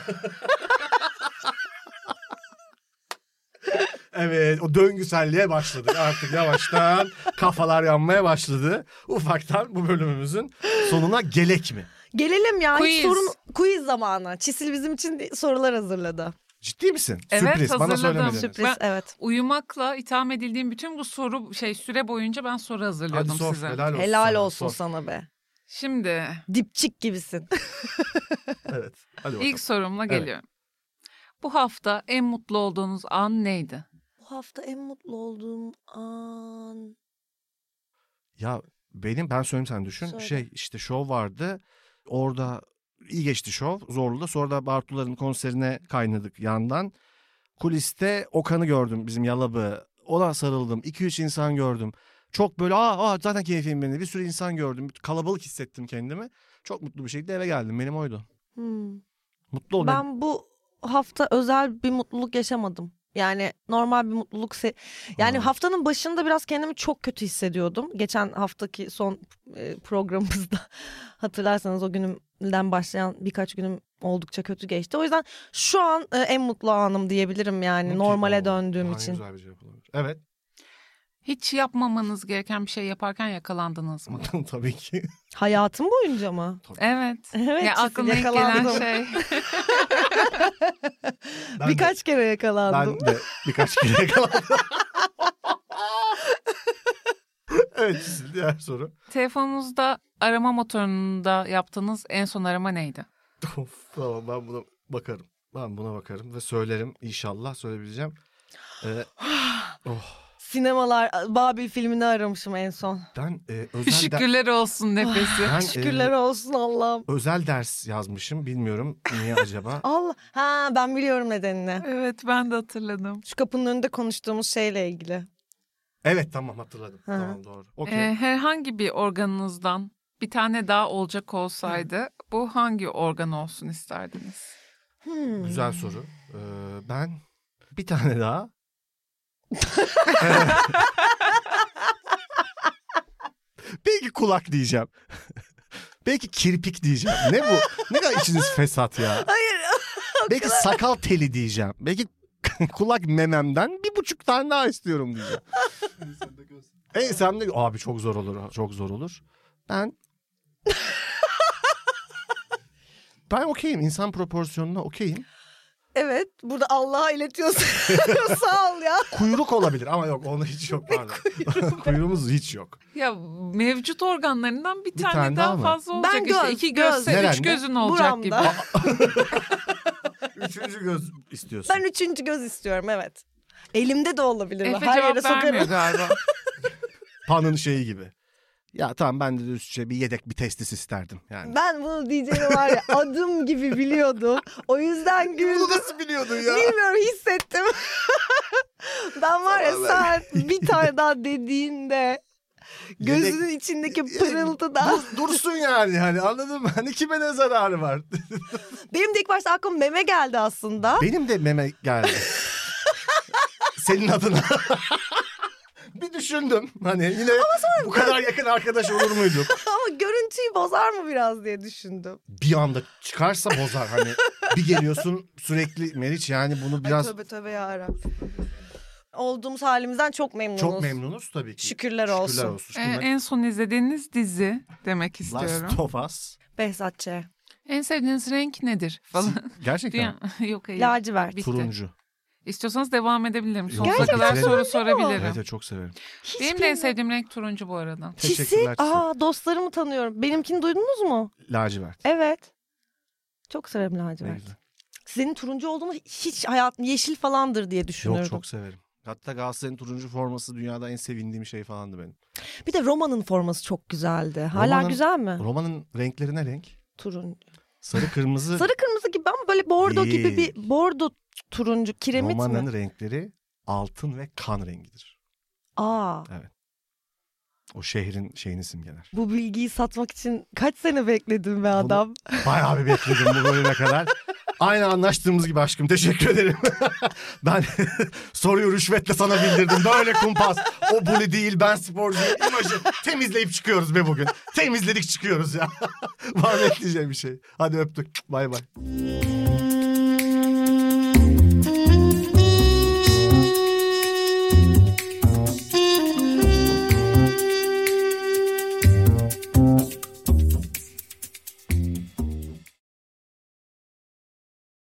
Evet o döngüselliğe başladık artık yavaştan kafalar yanmaya başladı. Ufaktan bu bölümümüzün sonuna gelek mi? Gelelim ya. Hiç Quiz. sorun quiz zamanı. Çisil bizim için sorular hazırladı. Ciddi misin? Evet, Sürpriz bana hazırladım. söylemedin. Sürpriz Ben- evet. Uyumakla itham edildiğim bütün bu soru şey süre boyunca ben soru Hadi hazırlıyordum sor size. helal olsun. Helal sana, olsun sor. sana be. Şimdi Dipçik gibisin. Evet hadi bakalım. ilk sorumla Evet. geliyorum. Bu hafta en mutlu olduğunuz an neydi? Bu hafta en mutlu olduğum an... Ya benim ben söyleyeyim sen düşün. Söyle. Şey işte şov vardı. Orada iyi geçti şov. Zorlu'da. Sonra da Bartuların konserine kaynadık yandan. Kuliste Okan'ı gördüm bizim Yalabı. Ona sarıldım. iki üç insan gördüm. Çok böyle aa, aa zaten keyfim benim. Bir sürü insan gördüm. Kalabalık hissettim kendimi. Çok mutlu bir şekilde eve geldim. Benim oydu. Hmm. Mutlu ol. Ben bu hafta özel bir mutluluk yaşamadım. Yani normal bir mutluluk. Se- yani Ha. haftanın başında biraz kendimi çok kötü hissediyordum. Geçen haftaki son e, programımızda hatırlarsanız o günümden başlayan birkaç günüm oldukça kötü geçti. O yüzden şu an e, en mutlu anım diyebilirim yani Okey. normale Oo, döndüğüm daha için. Güzel bir cevap olabilir. Evet. Hiç yapmamanız gereken bir şey yaparken yakalandınız mı? Tabii ki. Hayatım boyunca mı? Evet. Evet. Ya Çisil, aklına ilk gelen yakalandım. şey. Ben Birkaç de, kere yakalandım. ben de birkaç kere yakalandım. Evet Çisil, diğer soru. Telefonunuzda arama motorunda yaptığınız en son arama neydi? Of, tamam ben buna bakarım. Ben buna bakarım ve söylerim. İnşallah söyleyebileceğim. Ee, oh. Sinemalar, Babil filmini aramışım en son. Ben e, özel, de- Şükürler olsun nefesi. ben, Şükürler e, olsun Allah'ım. özel ders yazmışım. Bilmiyorum niye acaba. Allah. Ha ben biliyorum nedenini. Evet ben de hatırladım. Şu kapının önünde konuştuğumuz şeyle ilgili. Evet tamam hatırladım. Hı. Tamam doğru. Okey. Ee, herhangi bir organınızdan bir tane daha olacak olsaydı bu hangi organ olsun isterdiniz? Hmm. Güzel soru. Ee, ben bir tane daha. Belki kulak diyeceğim. Belki kirpik diyeceğim. Ne bu? Ne kadar içiniz fesat ya. Hayır. Belki sakal teli diyeceğim. Belki kulak mememden bir buçuk tane daha istiyorum diyeceğim. E sen de abi çok zor olur. Çok zor olur. Ben ben okeyim. İnsan proporsiyonuna okeyim. Evet burada Allah'a iletiyorsun. Sağ ol ya. Kuyruk olabilir ama yok onda hiç yok pardon. Kuyruğumuz hiç yok. Ya mevcut organlarından bir, Bir tane, tane daha daha mı? fazla olacak Ben işte. göz, İki göz. gözse Nerede? üç gözün olacak Buramda. gibi. Üçüncü göz istiyorsun. Ben üçüncü göz istiyorum evet. Elimde de olabilir. Efe Her cevap yere vermiyor sokarım. galiba. Pan'ın şeyi gibi. Ya tamam ben de üstçe bir yedek bir testis isterdim yani. Ben bunu diyeceğimi var ya adım gibi biliyordum. O yüzden Bunu güldüm. nasıl biliyordun ya? Bilmiyorum hissettim. Ben var ya Vallahi sen bir tane daha dediğinde gözünün içindeki pırıltıdan. Dur, dursun yani hani anladın mı? Hani kime ne zararı var? Benim de ilk başta aklıma meme geldi aslında. Benim de meme geldi. Senin adına. Bir düşündüm. Hani yine bu kadar yakın arkadaş olur muyduk? Ama görüntüyü bozar mı biraz diye düşündüm. Bir anda çıkarsa bozar. Hani bir geliyorsun sürekli Meriç yani bunu biraz Ay tövbe tövbe yarabbim. Olduğumuz halimizden çok memnunuz. çok memnunuz tabii ki. Şükürler olsun. Şükürler olsun. Ee, Şükürler. en son izlediğiniz dizi demek istiyorum. Last of Us. Behzat Ç. En sevdiğiniz renk nedir falan. Gerçekten. Dünya- Yok hayır. Lacivert. Bitti. Turuncu. İstiyorsanız devam edebilirim. Sonsuza Gerçekten kadar mi? soru sorabilirim. Evet, evet çok severim. Hiç Benim de en bilmiyorum. sevdiğim renk turuncu bu arada. Çisil. Teşekkürler. Çisil. Aa dostlarımı tanıyorum. Benimkini duydunuz mu? Lacivert. Evet. Çok severim Ne lacivert. güzel. Senin turuncu olduğunu hiç hayatım yeşil falandır diye düşünürdüm. Yok çok severim. Hatta Galatasaray'ın turuncu forması dünyada en sevindiğim şey falandı benim. Bir de Roma'nın forması çok güzeldi. Hala Roma'nın- güzel mi? Roma'nın renkleri ne renk? Turuncu. Sarı kırmızı. Sarı kırmızı gibi ama böyle bordo gibi Değil. bir bordo turuncu kiremit Roma'nın mi? renkleri altın ve kan rengidir. Aa, O şehrin şeyini simgeler. bu bilgiyi satmak için kaç sene bekledin be adam? Bayağı bir bekledim bu bölüme kadar. Aynı anlaştığımız gibi aşkım teşekkür ederim. Ben soruyu rüşvetle sana bildirdim. Böyle kumpas. O bully değil ben sporcuyum. İmajı temizleyip çıkıyoruz be bugün. Temizledik çıkıyoruz ya. Var mı ekleyeceğim bir şey? Hadi öptük. Bay bay.